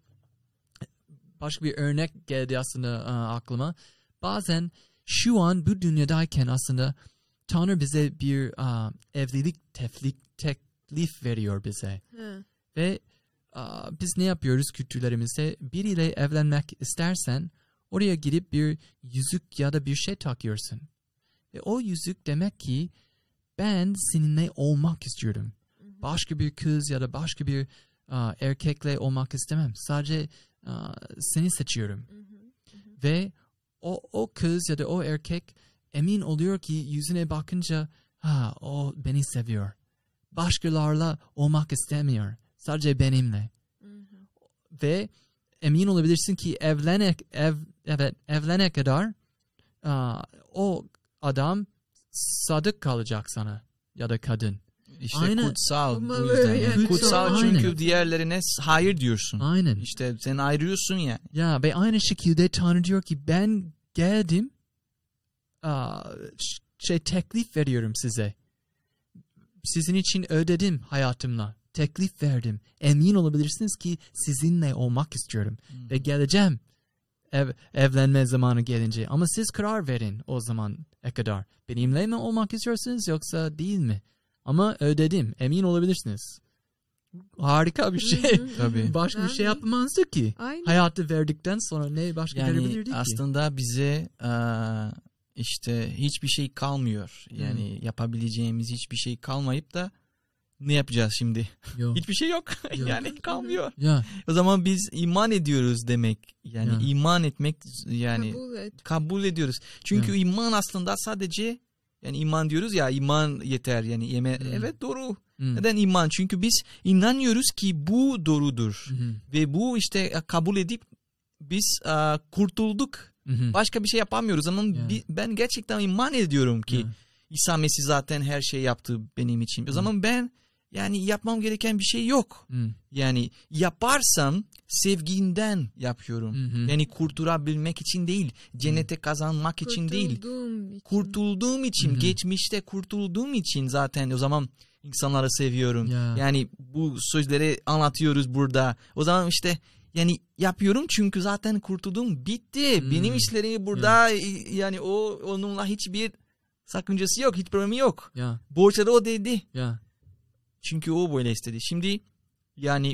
başka bir örnek geldi aslında uh, aklıma. Bazen şu an bu dünyadayken aslında Tanrı bize bir uh, evlilik teflik, teklif veriyor bize. Hı. Ve uh, biz ne yapıyoruz kültürlerimizde? Biriyle evlenmek istersen oraya gidip bir yüzük ya da bir şey takıyorsun. Ve o yüzük demek ki ben seninle olmak istiyorum. Başka bir kız ya da başka bir uh, erkekle olmak istemem. Sadece uh, seni seçiyorum. Hı hı, hı. Ve o, o kız ya da o erkek emin oluyor ki yüzüne bakınca ha o beni seviyor. Başkalarla olmak istemiyor. Sadece benimle. Hı hı. Ve emin olabilirsin ki evlene, ev, evet, evlene kadar uh, o adam sadık kalacak sana ya da kadın. İşte aynen. Kutsal Umalı, bu yüzden. Yani. Yani. Kutsal çünkü aynen. Diğerlerine hayır diyorsun. Aynen. İşte sen ayrıyorsun ya. Ya ve aynı şekilde Tanrı diyor ki ben geldim aa, şey teklif veriyorum size. Sizin için ödedim hayatımla. Teklif verdim. Emin olabilirsiniz ki sizinle olmak istiyorum. Hmm. Ve geleceğim ev, evlenme zamanı gelince. Ama siz karar verin o zaman e kadar. Benimle mi olmak istiyorsunuz yoksa değil mi? Ama ödedim. Emin olabilirsiniz. Harika bir şey. Tabii. Başka bir şey yapmazdı ki. Aynen. Hayatı verdikten sonra ne başka yani verebilirdik ki? Aslında bize aa, işte hiçbir şey kalmıyor. Yani hmm. yapabileceğimiz hiçbir şey kalmayıp da ne yapacağız şimdi? Yok. Hiçbir şey yok. yok. Yani kalmıyor. Ya. O zaman biz iman ediyoruz demek. Yani ya. iman etmek yani kabul, et. kabul ediyoruz. Çünkü ya. iman aslında sadece yani iman diyoruz ya iman yeter yani yeme hmm. evet doğru. Hmm. Neden iman? Çünkü biz inanıyoruz ki bu doğrudur. Hmm. Ve bu işte kabul edip biz uh, kurtulduk. Hmm. Başka bir şey yapamıyoruz ama yeah. bi, ben gerçekten iman ediyorum ki yeah. İsa Mesih zaten her şey yaptı benim için. O hmm. zaman ben yani yapmam gereken bir şey yok. Hmm. Yani yaparsam sevginden yapıyorum. Hmm. Yani kurtulabilmek için değil, cennete kazanmak için Kurtulduğum değil. Için. Kurtulduğum için, hmm. geçmişte kurtulduğum için zaten o zaman insanları seviyorum. Yeah. Yani bu sözleri anlatıyoruz burada. O zaman işte yani yapıyorum çünkü zaten kurtuldum, bitti. Hmm. Benim işlerimi burada yeah. yani o onunla hiçbir sakıncası yok, hiç problemi yok. Yeah. Borçları o dedi. Yeah. Çünkü o böyle istedi. Şimdi yani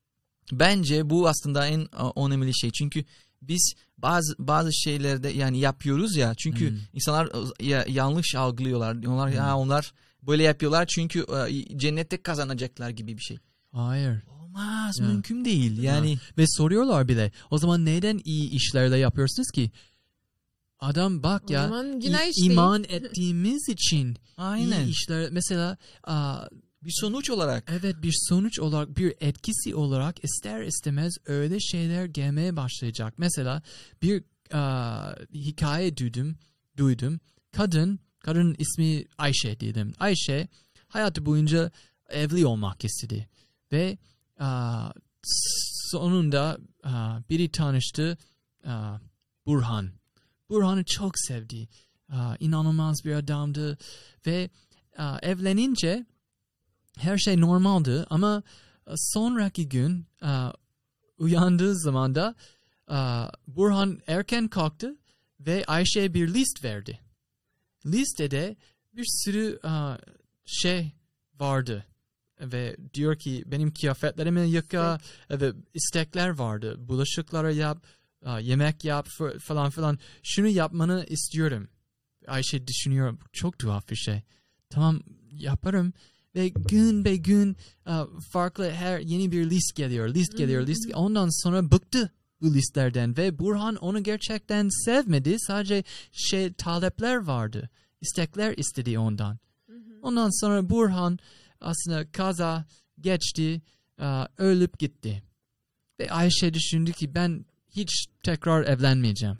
bence bu aslında en önemli şey. Çünkü biz bazı bazı şeylerde yani yapıyoruz ya. Çünkü hmm. insanlar ya, yanlış algılıyorlar. Onlar hmm. ya onlar böyle yapıyorlar çünkü uh, cennette kazanacaklar gibi bir şey. Hayır. Olmaz, Ya. mümkün değil. Yani Ya. Ve soruyorlar bile. O zaman neden iyi işlerle yapıyorsunuz ki? Adam bak O ya. zaman günah i- işleyin. iman ettiğimiz için aynen. iyi işler. Mesela a, Bir sonuç olarak. evet bir sonuç olarak, bir etkisi olarak ister istemez öyle şeyler gelmeye başlayacak. Mesela bir a, hikaye duydum. Duydum. Kadın, kadının ismi Ayşe diyelim. Ayşe hayatı boyunca evli olmak istedi. Ve a, sonunda a, biri tanıştı. A, Burhan. Burhan'ı çok sevdi. A, inanılmaz bir adamdı. Ve a, evlenince her şey normaldi ama sonraki gün a, uyandığı zaman da a, Burhan erken kalktı ve Ayşe'ye bir list verdi. Listede bir sürü a, şey vardı ve diyor ki benim kıyafetlerimi yıka ve istekler vardı. Bulaşıkları yap, a, yemek yap f- falan filan. Şunu yapmanı istiyorum. Ayşe düşünüyor, çok tuhaf bir şey. Tamam, yaparım. Ve gün be gün uh, farklı her yeni bir list geliyor. List geliyor. List. Ondan sonra bıktı bu listlerden. Ve Burhan onu gerçekten sevmedi. Sadece şey talepler vardı. İstekler istedi ondan. Ondan sonra Burhan aslında kaza geçti. Uh, ölüp gitti. Ve Ayşe düşündü ki ben hiç tekrar evlenmeyeceğim.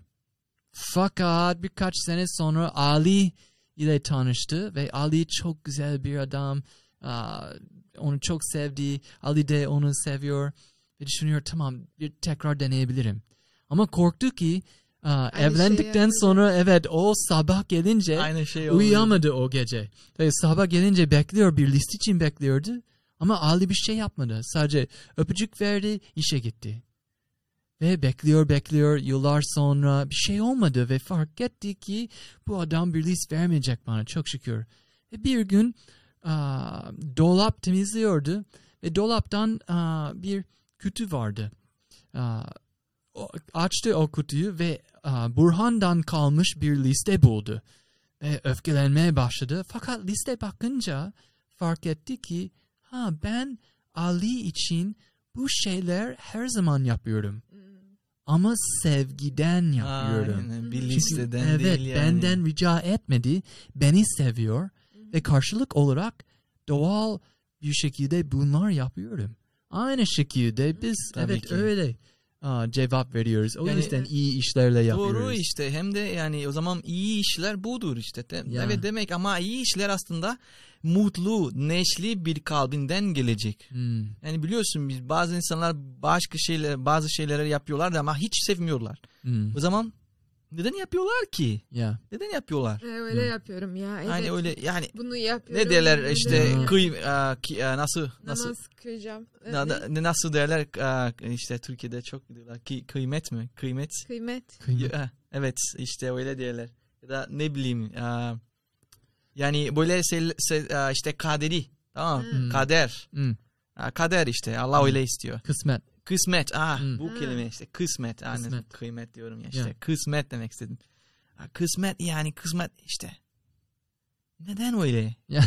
Fakat birkaç sene sonra Ali ile tanıştı ve Ali çok güzel bir adam. Aa, onu çok sevdi. Ali de onu seviyor. Ve düşünüyor tamam bir tekrar deneyebilirim. Ama korktu ki aa, evlendikten şey sonra evet o sabah gelince Aynı şey oluyor. uyuyamadı o gece. Ve sabah gelince bekliyor, bir list için bekliyordu. Ama Ali bir şey yapmadı. Sadece öpücük verdi, işe gitti. Ve bekliyor bekliyor yıllar sonra bir şey olmadı ve fark etti ki bu adam bir list vermeyecek bana, çok şükür. Ve bir gün a, dolap temizliyordu ve dolaptan a, bir kutu vardı. A, o, açtı o kutuyu ve a, Burhan'dan kalmış bir liste buldu. Ve öfkelenmeye başladı. Fakat liste bakınca fark etti ki ha ben Ali için bu şeyler her zaman yapıyorum. Ama sevgiden yapıyorum. Aynen, bir Çünkü listeden evet, değil yani. benden rica etmedi. Beni seviyor. Ve karşılık olarak doğal bir şekilde bunlar yapıyorum. Aynı şekilde biz Tabii evet ki. öyle aa, cevap veriyoruz. O Yani, yüzden iyi işlerle yapıyoruz. Doğru işte, hem de yani o zaman iyi işler budur işte. De, Ya. evet demek, ama iyi işler aslında mutlu, neşeli bir kalbinden gelecek. Hmm. Yani biliyorsun biz bazı insanlar başka şeyler, bazı şeyleri yapıyorlar da ama hiç sevmiyorlar. Hmm. O zaman neden yapıyorlar ki? Yeah. Neden yapıyorlar? E, öyle yapıyorum ya. Evet. Hani öyle yani Bunu yapıyorum. ne derler bunu işte yapıyorum. kıy a, ki, a, nasıl nasıl Namaz kıyacağım. Evet. na, na- ne- nasıl derler a, işte Türkiye'de çok diyorlar ki kıymet mi? Kıymet. Kıymet. Kıymet. Ya, evet işte öyle diyorlar. Ya da ne bileyim a, yani böyle se, se, a, işte kaderi, tamam Hmm. kader. Hmm. A, kader işte Allah Hmm. öyle istiyor. Kısmet. Kısmet. Ah Hmm. bu Ha. kelime işte kısmet. Aynen, Kısmet. kıymet diyorum ya işte. Ya. Kısmet demek istedim. Ha, kısmet yani kısmet işte. Neden öyle? Ya.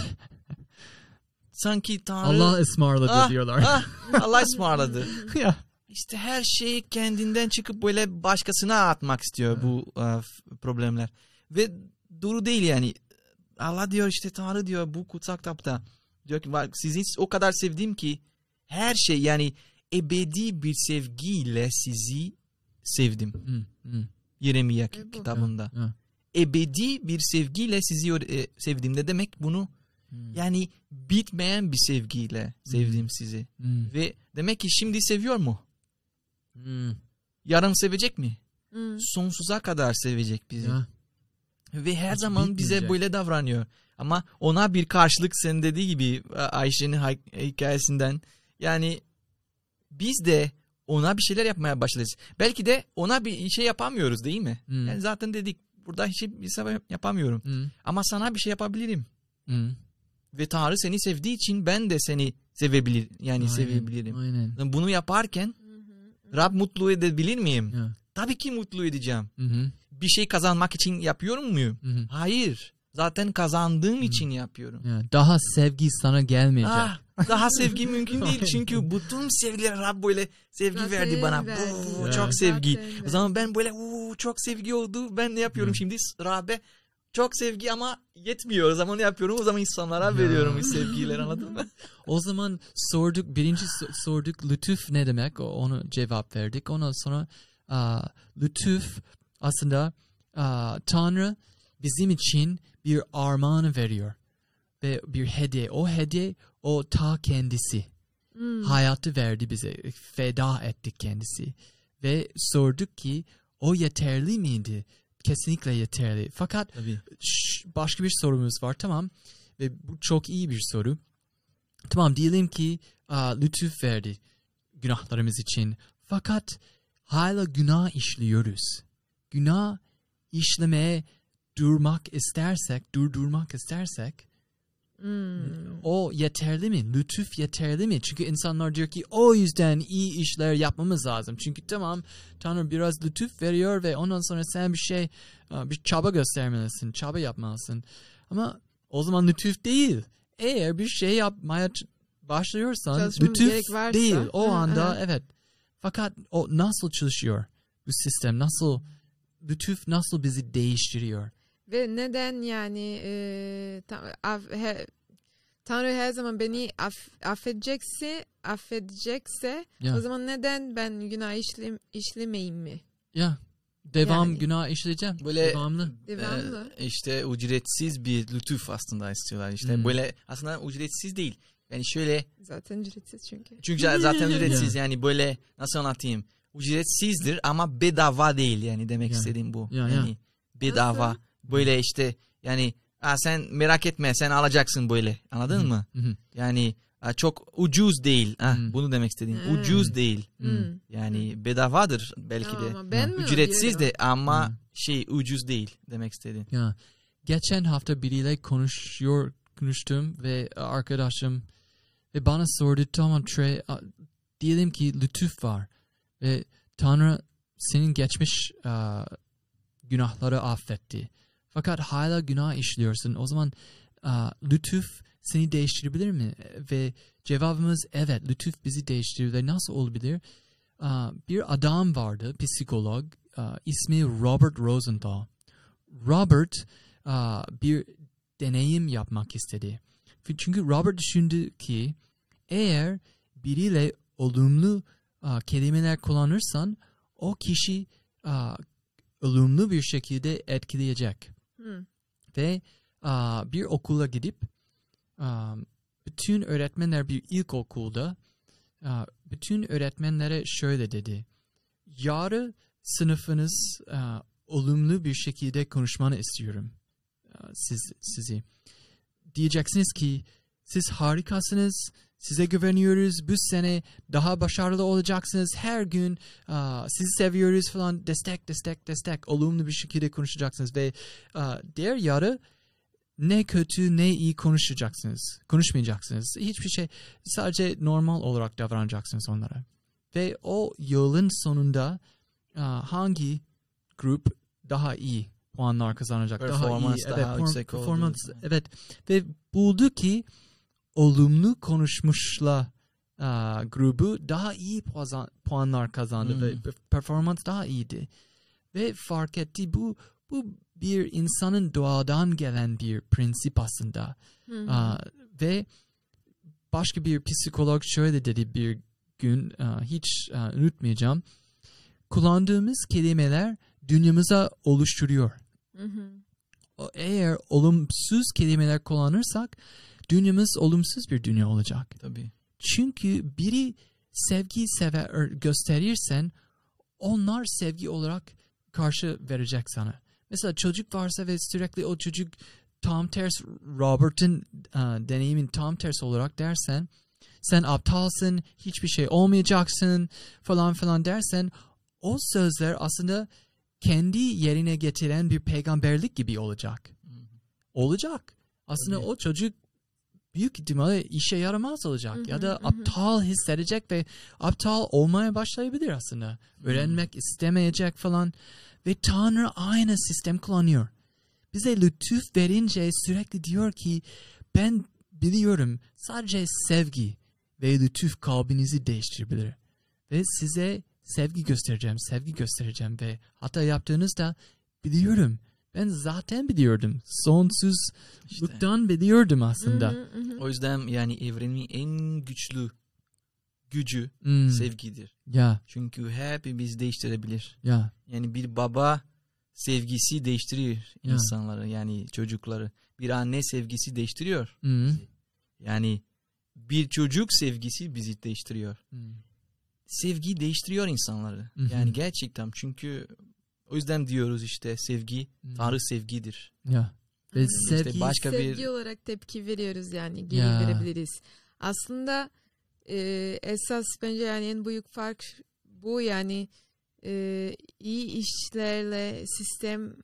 Sanki Tanrı Allah ısmarladı Ah, diyorlar. ah, Allah ısmarladı. Ya. İşte her şeyi kendinden çıkıp böyle başkasına atmak istiyor bu uh, f- problemler. Ve doğru değil yani. Allah diyor işte, Tanrı diyor bu kutsal kitapta. Diyor ki bak sizi o kadar sevdim ki her şey, yani ebedi bir sevgiyle sizi sevdim. Hmm. Hmm. Yeremia E, bu. kitabında. Ha. Ebedi bir sevgiyle sizi e, sevdim. Ne demek bunu? Hmm. Yani bitmeyen bir sevgiyle sevdim sizi. Hmm. Ve demek ki şimdi seviyor mu? Hmm. Yarın sevecek mi? Hmm. Sonsuza kadar sevecek bizi. Ya. Ve her Hiç zaman bize bitmeyecek. böyle davranıyor. Ama ona bir karşılık, sen dediği gibi Ayşe'nin hay- hikayesinden, yani biz de ona bir şeyler yapmaya başlarız. Belki de ona bir şey yapamıyoruz değil mi? Hmm. Yani zaten dedik burada hiç bir şey yapamıyorum. Hmm. Ama sana bir şey yapabilirim. Hmm. Ve Tanrı seni sevdiği için ben de seni sevebilir, yani Aynen, sevebilirim. Aynen. Bunu yaparken Rab mutlu edebilir miyim? Ya. Tabii ki mutlu edeceğim. Hı hı. Bir şey kazanmak için yapıyorum muyum? Hı hı. Hayır. Zaten kazandığım için yapıyorum. Ya. Daha sevgi sana gelmeyecek. Ah, daha sevgi mümkün değil. Çünkü bütün sevgiler Rab böyle sevgi Zaten verdi bana. verdi. Oo, Evet. çok sevgi. Zaten O zaman ben böyle oo, çok sevgi oldu. Ben ne yapıyorum Hı. şimdi? Rab'be çok sevgi ama yetmiyor. O zaman ne yapıyorum? O zaman insanlara Ya. veriyorum sevgileri, anladın mı? O zaman sorduk, birinci so- sorduk lütuf ne demek? O- Onu cevap verdik. Ondan sonra aa, lütuf aslında aa, Tanrı bizim için bir armağan veriyor. Ve bir hediye. O hediye o ta kendisi. Hmm. Hayatı verdi bize. Feda ettik kendisi. Ve sorduk ki o yeterli miydi? Kesinlikle yeterli. Fakat Tabii. Şş, başka bir sorumuz var, tamam, ve bu çok iyi bir soru. Tamam, diyelim ki a, lütuf verdi günahlarımız için, fakat hala günah işliyoruz. Günah işlemeye durmak istersek, durdurmak istersek Hmm. o yeterli mi? Lütuf yeterli mi? Çünkü insanlar diyor ki o yüzden iyi işler yapmamız lazım. Çünkü tamam, Tanrı biraz lütuf veriyor ve ondan sonra sen bir şey, bir çaba göstermelisin, çaba yapmalısın. Ama o zaman lütuf değil. Eğer bir şey yapmaya başlıyorsan Çalışmamız lütuf gerek varsa. değil. O Hı, anda evet. evet. Fakat o nasıl çalışıyor? Bu sistem nasıl, lütuf nasıl bizi değiştiriyor? Ve neden yani e, ta, af, he, Tanrı her zaman beni aff, affedecekse, affedecekse Ya. o zaman neden ben günah işlem, işlemeyeyim mi? Ya. Devam Yani. günah işleyeceğim. Böyle Devamlı. Devamlı. e, işte ücretsiz bir lütuf aslında istiyorlar. İşte Hmm. böyle aslında ücretsiz değil. Yani şöyle, Zaten ücretsiz çünkü. çünkü zaten ücretsiz, yani böyle nasıl anlatayım? Ücretsizdir ama bedava değil, yani demek Ya. istediğim bu. Ya, ya. Yani bedava. Nasıl? Böyle işte yani ha, sen merak etme, sen alacaksın böyle. Anladın Hı. mı? Hı hı. Yani ha, çok ucuz değil. Ha, Hmm. bunu demek istediğim. Hmm. Ucuz değil. Hmm. Yani bedavadır belki Tamam, de. ama ben mi Ücretsiz de diyorum? ama Hmm. şey ucuz değil demek istediğim. Ya. Geçen hafta biriyle konuşuyor, konuştum ve arkadaşım ve bana sordu, tamam Trey, a- diyelim ki lütuf var ve Tanrı senin geçmiş a, günahları affetti. Fakat hala günah işliyorsun. O zaman a, lütuf seni değiştirebilir mi? Ve cevabımız evet, lütuf bizi değiştirir. Ve nasıl olabilir? A, bir adam vardı, psikolog, a, ismi Robert Rosenthal. Robert a, bir deneyim yapmak istedi. Çünkü Robert düşündü ki eğer biriyle olumlu a, kelimeler kullanırsan o kişi a, olumlu bir şekilde etkileyecek. Hmm. Ve a, bir okula gidip a, bütün öğretmenler, bir ilkokulda a, bütün öğretmenlere şöyle dedi. Yarı sınıfınız a, olumlu bir şekilde konuşmanı istiyorum a, siz sizi. Diyeceksiniz ki siz harikasınız, size güveniyoruz, bu sene daha başarılı olacaksınız, her gün a, sizi seviyoruz falan, destek destek destek, olumlu bir şekilde konuşacaksınız ve a, diğer yarı ne kötü ne iyi konuşacaksınız, konuşmayacaksınız, hiçbir şey, sadece normal olarak davranacaksınız onlara. Ve o yılın sonunda a, hangi grup daha iyi puanlar kazanacak, Performans daha iyi, daha evet, yüksek oldu. performans, evet, ve buldu ki olumlu konuşmuşla a, grubu daha iyi puan, puanlar kazandı Hmm. ve performans daha iyiydi. Ve fark etti, bu bu bir insanın doğadan gelen bir prensip aslında. Hı hı. A, ve başka bir psikolog şöyle dedi bir gün, a, hiç a, unutmayacağım. Kullandığımız kelimeler dünyamıza oluşturuyor. Hı hı. O- Eğer olumsuz kelimeler kullanırsak dünyamız olumsuz bir dünya olacak. Tabii. Çünkü biri sevgi sever gösterirsen onlar sevgi olarak karşı verecek sana. Mesela çocuk varsa ve sürekli o çocuk tam ters, Robert'ın uh, deneyimin tam tersi olarak dersen, sen aptalsın, hiçbir şey olmayacaksın falan falan dersen, o sözler aslında kendi yerine getiren bir peygamberlik gibi olacak. Olacak. Aslında Tabii. o çocuk büyük ihtimalle işe yaramaz olacak. Hı hı, Ya da hı hı. aptal hissedecek ve aptal olmaya başlayabilir aslında. Öğrenmek istemeyecek falan. Ve Tanrı aynı sistem kullanıyor. Bize lütuf verince sürekli diyor ki ben biliyorum sadece sevgi ve lütuf kalbinizi değiştirebilir. Ve size sevgi göstereceğim, sevgi göstereceğim ve hata yaptığınızda biliyorum. Ben zaten biliyordum. Sonsuzluktan işte. biliyordum aslında. Hı hı hı. O yüzden yani evrenin en güçlü gücü hmm. sevgidir. Ya. Çünkü hepimiz değiştirebilir. Ya. Yani bir baba sevgisi değiştiriyor ya. insanları, yani çocukları. Bir anne sevgisi değiştiriyor. Hmm. Yani bir çocuk sevgisi bizi değiştiriyor. Hmm. Sevgi değiştiriyor insanları. Hmm. Yani gerçekten, çünkü o yüzden diyoruz işte sevgi, hmm. Tanrı sevgidir. Ya. Ve hmm. sevgi, işte başka sevgi bir... olarak tepki veriyoruz, yani geri ya. verebiliriz. Aslında e, esas bence yani en büyük fark bu, yani e, iyi işlerle sistem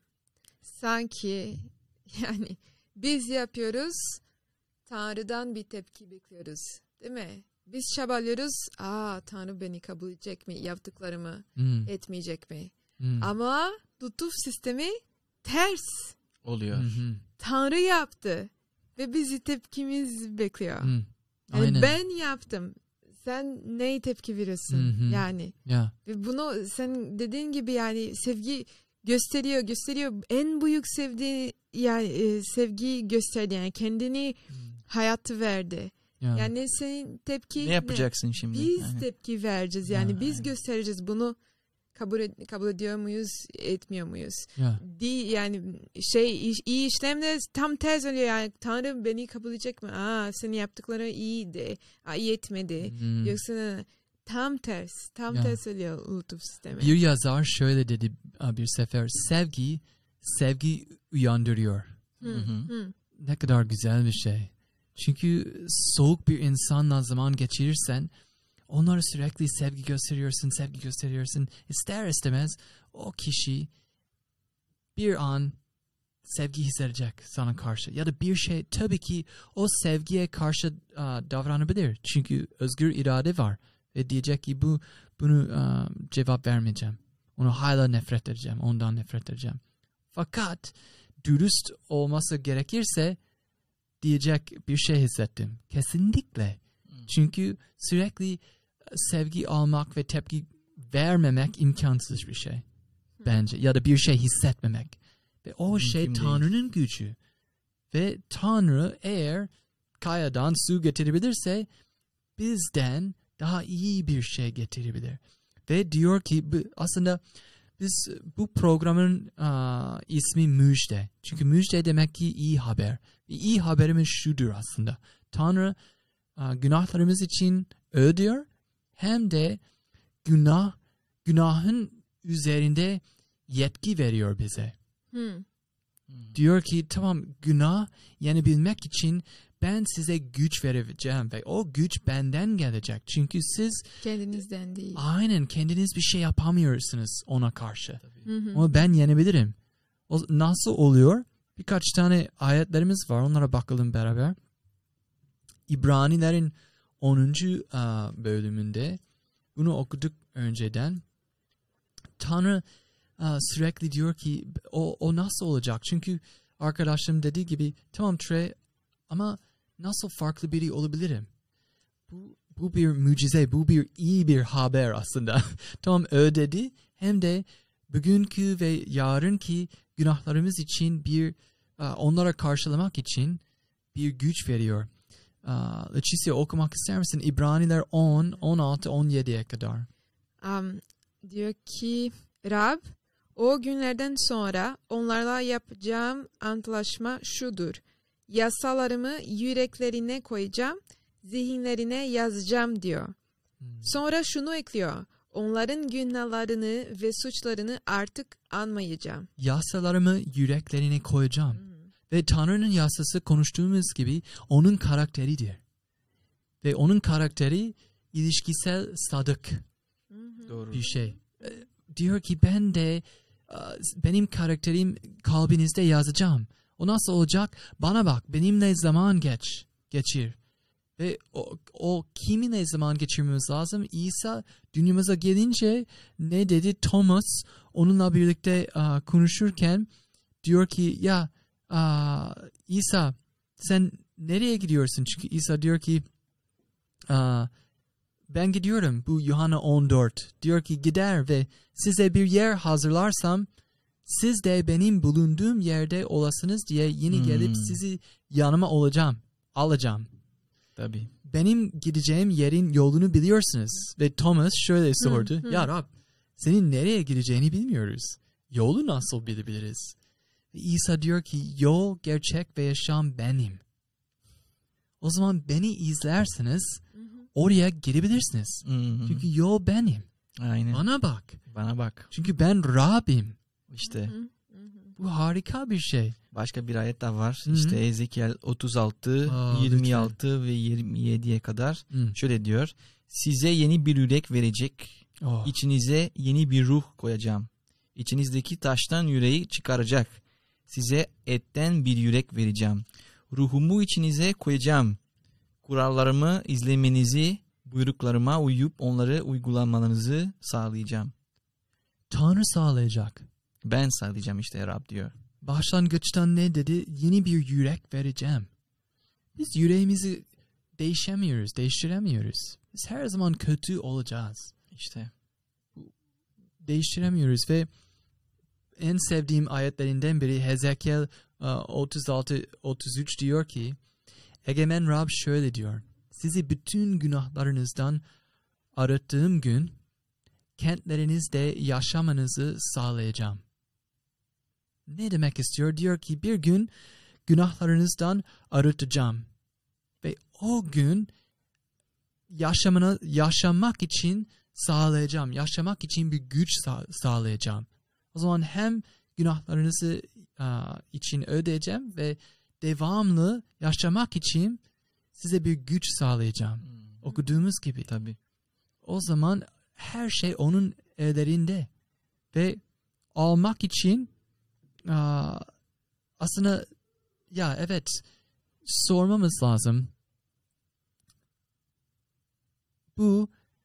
sanki yani biz yapıyoruz, Tanrı'dan bir tepki bekliyoruz, değil mi? Biz çabalıyoruz, aa Tanrı beni kabul edecek mi, yaptıklarımı hmm. etmeyecek mi? Hmm. Ama lütuf sistemi ters oluyor. Hmm. Tanrı yaptı ve bizi tepkimiz bekliyor. Hmm. Yani ben yaptım, sen neye tepki veriyorsun? Hmm. Yani ya. ve bunu sen dediğin gibi yani sevgi gösteriyor, gösteriyor. En büyük sevdiği yani e, sevgi gösterdi, yani kendini hmm. hayatı verdi. Ya. Yani senin tepki ne yapacaksın ne? şimdi? Biz yani. tepki vereceğiz. Yani ya. biz göstereceğiz bunu. Kabul ed- kabul ediyor muyuz, etmiyor muyuz? Ya. Di yani şey iş, iyi işlemde tam ters oluyor, yani Tanrı beni kabul edecek mi? Aa senin yaptıkları iyiydi. Aa iyi etmedi. Hmm. Yoksa tam ters, tam ya. ters oluyor lütuf sistemi. Bir yazar şöyle dedi bir sefer: sevgi sevgi uyandırıyor. Hı, hı. Ne kadar güzel bir şey. Çünkü soğuk bir insanla zaman geçirirsen, onlara sürekli sevgi gösteriyorsun, sevgi gösteriyorsun. İster istemez o kişi bir an sevgi hissedecek sana karşı. Ya da bir şey, tabii ki o sevgiye karşı uh, davranabilir. Çünkü özgür irade var. Ve diyecek ki bu bunu uh, cevap vermeyeceğim. Onu hala nefret edeceğim. Ondan nefret edeceğim. Fakat dürüst olması gerekirse diyecek bir şey hissettim. Kesinlikle. Çünkü sürekli sevgi almak ve tepki vermemek imkansız bir şey. Bence. Ya da bir şey hissetmemek. Ve o mümkün şey Tanrı'nın değil. gücü. Ve Tanrı eğer kayadan su getirebilirse bizden daha iyi bir şey getirebilir. Ve diyor ki aslında biz bu programın uh, ismi müjde. Çünkü müjde demek ki iyi haber. Ve iyi haberimiz şudur aslında. Tanrı uh, günahlarımız için ödüyor. Hem de günah günahın üzerinde yetki veriyor bize. Hmm. Diyor ki tamam, günah yenebilmek için ben size güç vereceğim ve o güç benden gelecek. Çünkü siz kendinizden değil. Aynen, kendiniz bir şey yapamıyorsunuz ona karşı. Hı hı. Ama ben yenebilirim. O nasıl oluyor? Birkaç tane ayetlerimiz var. Onlara bakalım beraber. İbranilerin onuncu bölümünde bunu okuduk önceden. Tanrı sürekli diyor ki o, o nasıl olacak? Çünkü arkadaşım dediği gibi tamam Trey, ama nasıl farklı biri olabilirim? Bu, bu bir mucize, bu bir iyi bir haber aslında. Tamam öyle dedi. Hem de bugünkü ve yarınki günahlarımız için bir onlara karşılamak için bir güç veriyor. Uh, Leticia, okumak ister misin? İbraniler on, on altı, on yediye kadar. Um, diyor ki Rab, o günlerden sonra onlarla yapacağım antlaşma şudur. Yasalarımı yüreklerine koyacağım, zihinlerine yazacağım diyor. Hmm. Sonra şunu ekliyor. Onların günahlarını ve suçlarını artık anmayacağım. Yasalarımı yüreklerine koyacağım. Hmm. Ve Tanrı'nın yasası, konuştuğumuz gibi, onun karakteridir. Ve onun karakteri ilişkisel, sadık hmm. Doğru. bir şey. Diyor ki ben de benim karakterim kalbinizde yazacağım. O nasıl olacak? Bana bak, benimle zaman geç, geçir. Ve o, o kiminle zaman geçirmemiz lazım? İsa dünyamıza gelince ne dedi? Thomas onunla birlikte uh, konuşurken diyor ki ya uh, İsa sen nereye gidiyorsun? Çünkü İsa diyor ki Aa, ben gidiyorum. Bu Yuhanna on dört. Diyor ki gider ve size bir yer hazırlarsam siz de benim bulunduğum yerde olasınız diye yine hmm. gelip sizi yanıma olacağım. Alacağım. Tabii. Benim gideceğim yerin yolunu biliyorsunuz. Ve Thomas şöyle sordu. Hmm. Ya Rab, senin nereye gideceğini bilmiyoruz. Yolu nasıl bilebiliriz? Ve İsa diyor ki yol, gerçek ve yaşam benim. O zaman beni izlerseniz oraya girebilirsiniz. Hı-hı. Çünkü yol benim. Aynen. Bana bak. Bana bak. Çünkü ben Rabbim. İşte. Hı-hı. Bu harika bir şey. Başka bir ayet daha var. Hı-hı. İşte Ezekiel otuz altı, Aa, yirmi altı lütfen. Ve yirmi yediye kadar Hı. şöyle diyor. Size yeni bir yürek verecek. Oh. İçinize yeni bir ruh koyacağım. İçinizdeki taştan yüreği çıkaracak. Size etten bir yürek vereceğim. Ruhumu içinize koyacağım. Kurallarımı izlemenizi, buyruklarıma uyup onları uygulamanızı sağlayacağım. Tanrı sağlayacak. Ben sağlayacağım işte Rab diyor. Başlangıçtan ne dedi? Yeni bir yürek vereceğim. Biz yüreğimizi değişemiyoruz, değiştiremiyoruz. Biz her zaman kötü olacağız. İşte. Değiştiremiyoruz ve en sevdiğim ayetlerinden biri Hezekiel otuz altı otuz üç diyor ki Egemen Rab şöyle diyor. Sizi bütün günahlarınızdan arıttığım gün kentlerinizde yaşamanızı sağlayacağım. Ne demek istiyor? Diyor ki bir gün günahlarınızdan arıtacağım. Ve o gün yaşamını, yaşamak için sağlayacağım. Yaşamak için bir güç sağ, sağlayacağım. O zaman hem günahlarınızı uh, için ödeyeceğim ve devamlı yaşamak için size bir güç sağlayacağım. Hmm. Okuduğumuz gibi. Tabii. O zaman her şey onun ellerinde. Ve almak için uh, aslında ya evet sormamız lazım. Bu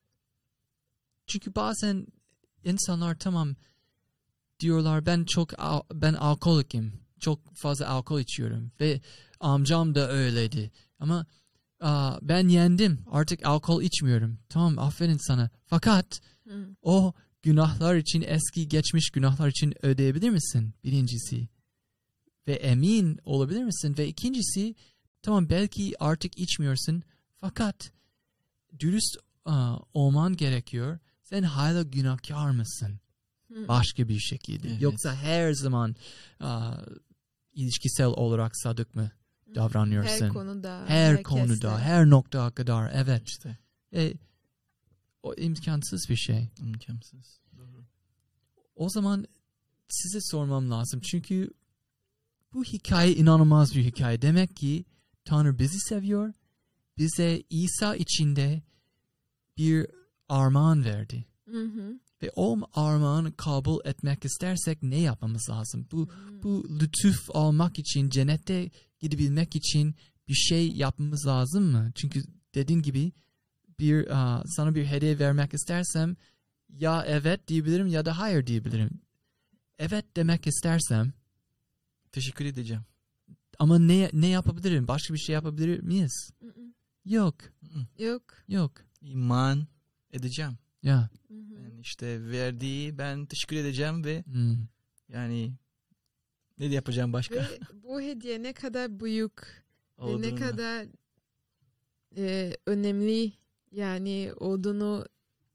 çünkü bazen insanlar tamam diyorlar ben çok ben alkolikim. Çok fazla alkol içiyorum ve amcam da öyleydi. Ama a, ben yendim. Artık alkol içmiyorum. Tamam aferin sana. Fakat hmm. o günahlar için eski geçmiş günahlar için ödeyebilir misin? Birincisi. Ve emin olabilir misin? Ve ikincisi tamam belki artık içmiyorsun. Fakat dürüst a, olman gerekiyor. Sen hala günahkar mısın? Başka bir şekilde. Evet. Yoksa her zaman uh, ilişkisel olarak sadık mı davranıyorsun? Her konuda. Her herkesle. konuda, her noktaya kadar. Evet. İşte. E, o imkansız bir şey. İmkansız. Doğru. O zaman size sormam lazım. Çünkü bu hikaye inanılmaz bir hikaye. Demek ki Tanrı bizi seviyor. Bize İsa içinde bir armağan verdi. Hı hı. Ve o armağanı kabul etmek istersek ne yapmamız lazım? Bu hmm. bu lütuf almak için, cennete gidebilmek için bir şey yapmamız lazım mı? Çünkü dediğin gibi bir uh, sana bir hediye vermek istersem ya evet diyebilirim ya da hayır diyebilirim. Evet demek istersem teşekkür edeceğim. Ama ne ne yapabilirim? Başka bir şey yapabilir miyiz? Mm-mm. Yok. Mm-mm. Yok. Yok. İman edeceğim. Ya. Yani işte verdiği ben teşekkür edeceğim ve hmm. yani ne yapacağım başka? Ve bu hediye ne kadar büyük ve ne kadar e, önemli yani olduğunu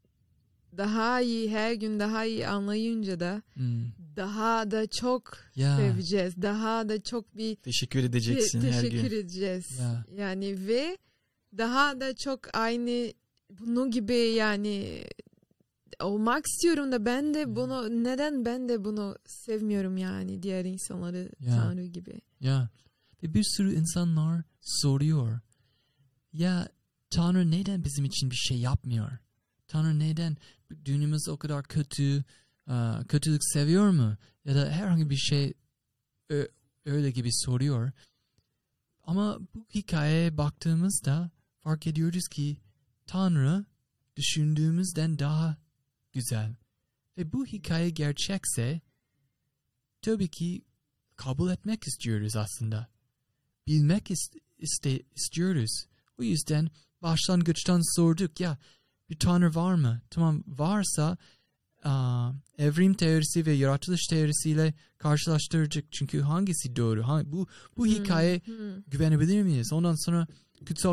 daha iyi her gün daha iyi anlayınca da hmm. daha da çok yeah. seveceğiz. Daha da çok bir teşekkür edeceksin te- her gün. Teşekkür edeceğiz. Yeah. Yani ve daha da çok aynı bunun gibi yani olmak istiyorum da ben de bunu neden ben de bunu sevmiyorum yani diğer insanları yeah. Tanrı gibi. Ya yeah. Ve bir sürü insanlar soruyor. Ya Tanrı neden bizim için bir şey yapmıyor? Tanrı neden dünyamız o kadar kötü, uh, kötülük seviyor mu? Ya da herhangi bir şey ö- öyle gibi soruyor. Ama bu hikayeye baktığımızda fark ediyoruz ki Tanrı düşündüğümüzden daha güzel. Ve bu hikaye gerçekse tabii ki kabul etmek istiyoruz aslında. Bilmek ist- iste, istiyoruz. O yüzden başlangıçtan sorduk ya bir tanrı var mı? Tamam varsa aa, evrim teorisi ve yaratılış teorisiyle karşılaştırdık. Çünkü hangisi doğru? Hangi, bu bu hikaye hmm, hmm. güvenebilir miyiz? Ondan sonra kutsal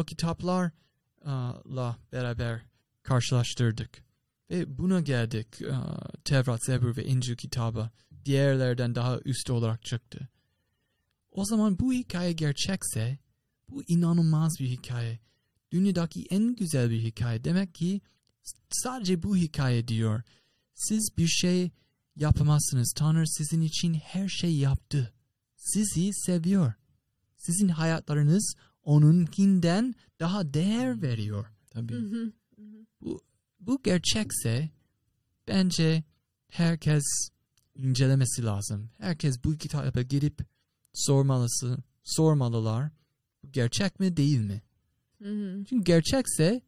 kitaplarla beraber karşılaştırdık. Ve buna geldik. Tevrat, Zebur ve İncil kitabı diğerlerden daha üst olarak çıktı. O zaman bu hikaye gerçekse bu inanılmaz bir hikaye. Dünyadaki en güzel bir hikaye. Demek ki sadece bu hikaye diyor. Siz bir şey yapamazsınız. Tanrı sizin için her şey yaptı. Sizi seviyor. Sizin hayatlarınız onunkinden daha değer veriyor. Tabii. Hı hı. Bu, bu gerçekse bence herkes incelemesi lazım. Herkes bu kitaba girip sormalısı, sormalılar. Bu gerçek mi değil mi? Hı hı. Çünkü gerçekse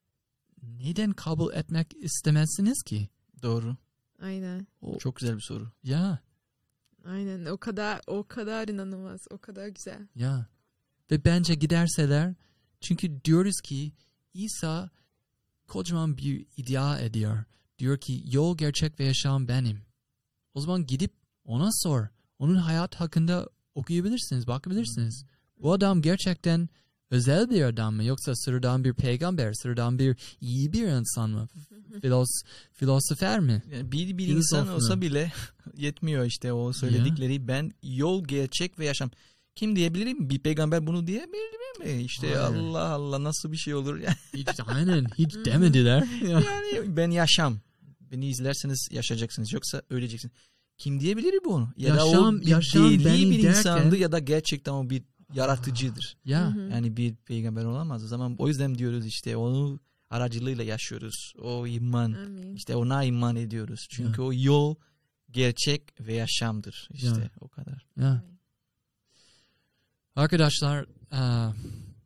neden kabul etmek istemezsiniz ki? Doğru. Aynen. O, Çok güzel bir soru. ya, Aynen. O kadar o kadar inanılmaz. O kadar güzel. ya. Ve bence giderseler çünkü diyoruz ki İsa kocaman bir iddia ediyor. Diyor ki yol, gerçek ve yaşam benim. O zaman gidip ona sor. Onun hayat hakkında okuyabilirsiniz, bakabilirsiniz. Bu adam gerçekten özel bir adam mı? Yoksa sıradan bir peygamber, sıradan bir iyi bir insan mı? Filos, filosofer mi? Yani bir bir Filozof insan mu? olsa bile yetmiyor işte o söyledikleri. Ya. Ben yol, gerçek ve yaşam. Kim diyebilir mi? Bir peygamber bunu diyebilir mi? İşte hayır. Allah Allah nasıl bir şey olur ya? Hiç, aynen hiç demediler. Yani ben yaşam. Beni izlerseniz yaşayacaksınız yoksa öleceksiniz. Kim diyebilir bunu? Ya yaşam, da o bir yaşam deli bir derken, insandı ya da gerçekten o bir yaratıcıdır. Ya. Yani bir peygamber olamaz. O zaman o yüzden diyoruz işte onu aracılığıyla yaşıyoruz. O iman. Amin. İşte ona iman ediyoruz. Çünkü Ya. o yol, gerçek ve yaşamdır. İşte Ya. o kadar. Ya. Arkadaşlar uh,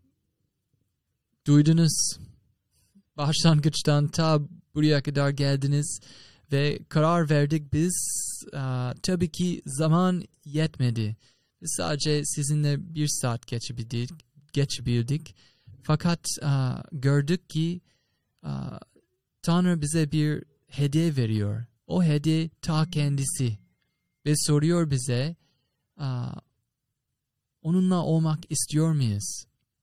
duydunuz. Başlangıçtan ta buraya kadar geldiniz ve karar verdik biz. Uh, tabii ki zaman yetmedi. Biz sadece sizinle bir saat geçebildik. geçebildik. Fakat uh, gördük ki uh, Tanrı bize bir hediye veriyor. O hediye ta kendisi. Ve soruyor bize uh, onunla olmak istiyor muyuz?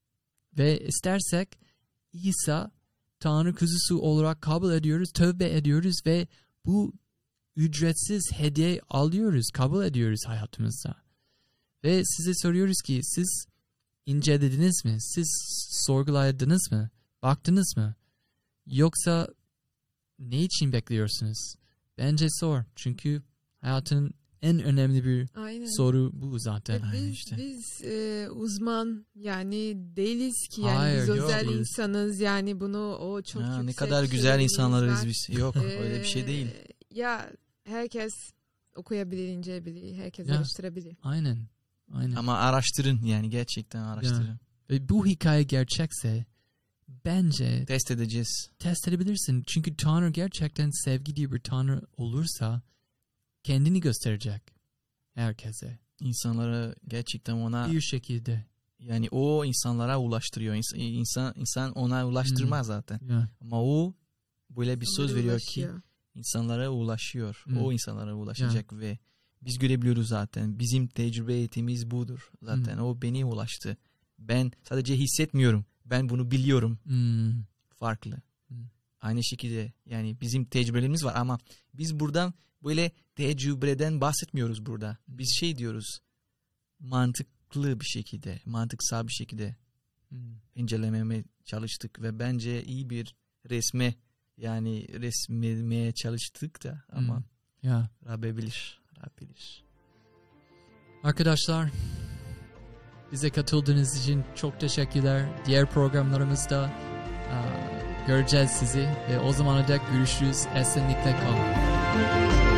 Ve istersek İsa Tanrı kuzusu olarak kabul ediyoruz, tövbe ediyoruz ve bu ücretsiz hediye alıyoruz, kabul ediyoruz hayatımızda. Ve size soruyoruz ki siz incelediniz mi? Siz sorguladınız mı? Baktınız mı? Yoksa ne için bekliyorsunuz? Bence sor. Çünkü hayatın en önemli bir Aynen. soru bu zaten. Ve Biz, işte. biz e, uzman yani değiliz ki yani Hayır, biz yok, özel değiliz. insanız yani bunu o çok Ha, yüksek ne kadar güzel şeylerimiz insanlarız var. biz. Yok öyle bir şey değil. Ee, Ya herkes okuyabilir, inceleyebilir, herkes Ya. araştırabilir. Aynen. Aynen. Ama araştırın yani gerçekten araştırın. Ve bu hikaye gerçekse bence Test edeceğiz. test edebilirsin. Çünkü Tanrı gerçekten sevgi diye bir Tanrı olursa kendini gösterecek herkese. İnsanlara gerçekten ona Bir şekilde. yani o insanlara ulaştırıyor. İnsan insan, insan ona ulaştırmaz zaten. Ya. Ama o böyle bir söz Onlara veriyor ulaşıyor. ki insanlara ulaşıyor. Hmm. O insanlara ulaşacak ve biz görebiliyoruz zaten. Bizim tecrübe eğitimimiz budur. Zaten o beni ulaştı. Ben sadece hissetmiyorum. Ben bunu biliyorum. Hmm. Farklı. Hmm. Aynı şekilde yani bizim tecrübelerimiz var ama biz buradan böyle tecrübeden bahsetmiyoruz burada. Biz şey diyoruz. Mantıklı bir şekilde, mantıksal bir şekilde Hmm. incelemeye çalıştık ve bence iyi bir resme yani resmetmeye çalıştık da ama Hmm. Ya. Rabbe bilir. Rabbe bilir. Arkadaşlar bize katıldığınız için çok teşekkürler. Diğer programlarımızda aa, göreceğiz sizi ve o zamana dek görüşürüz. Esenlikle kalın.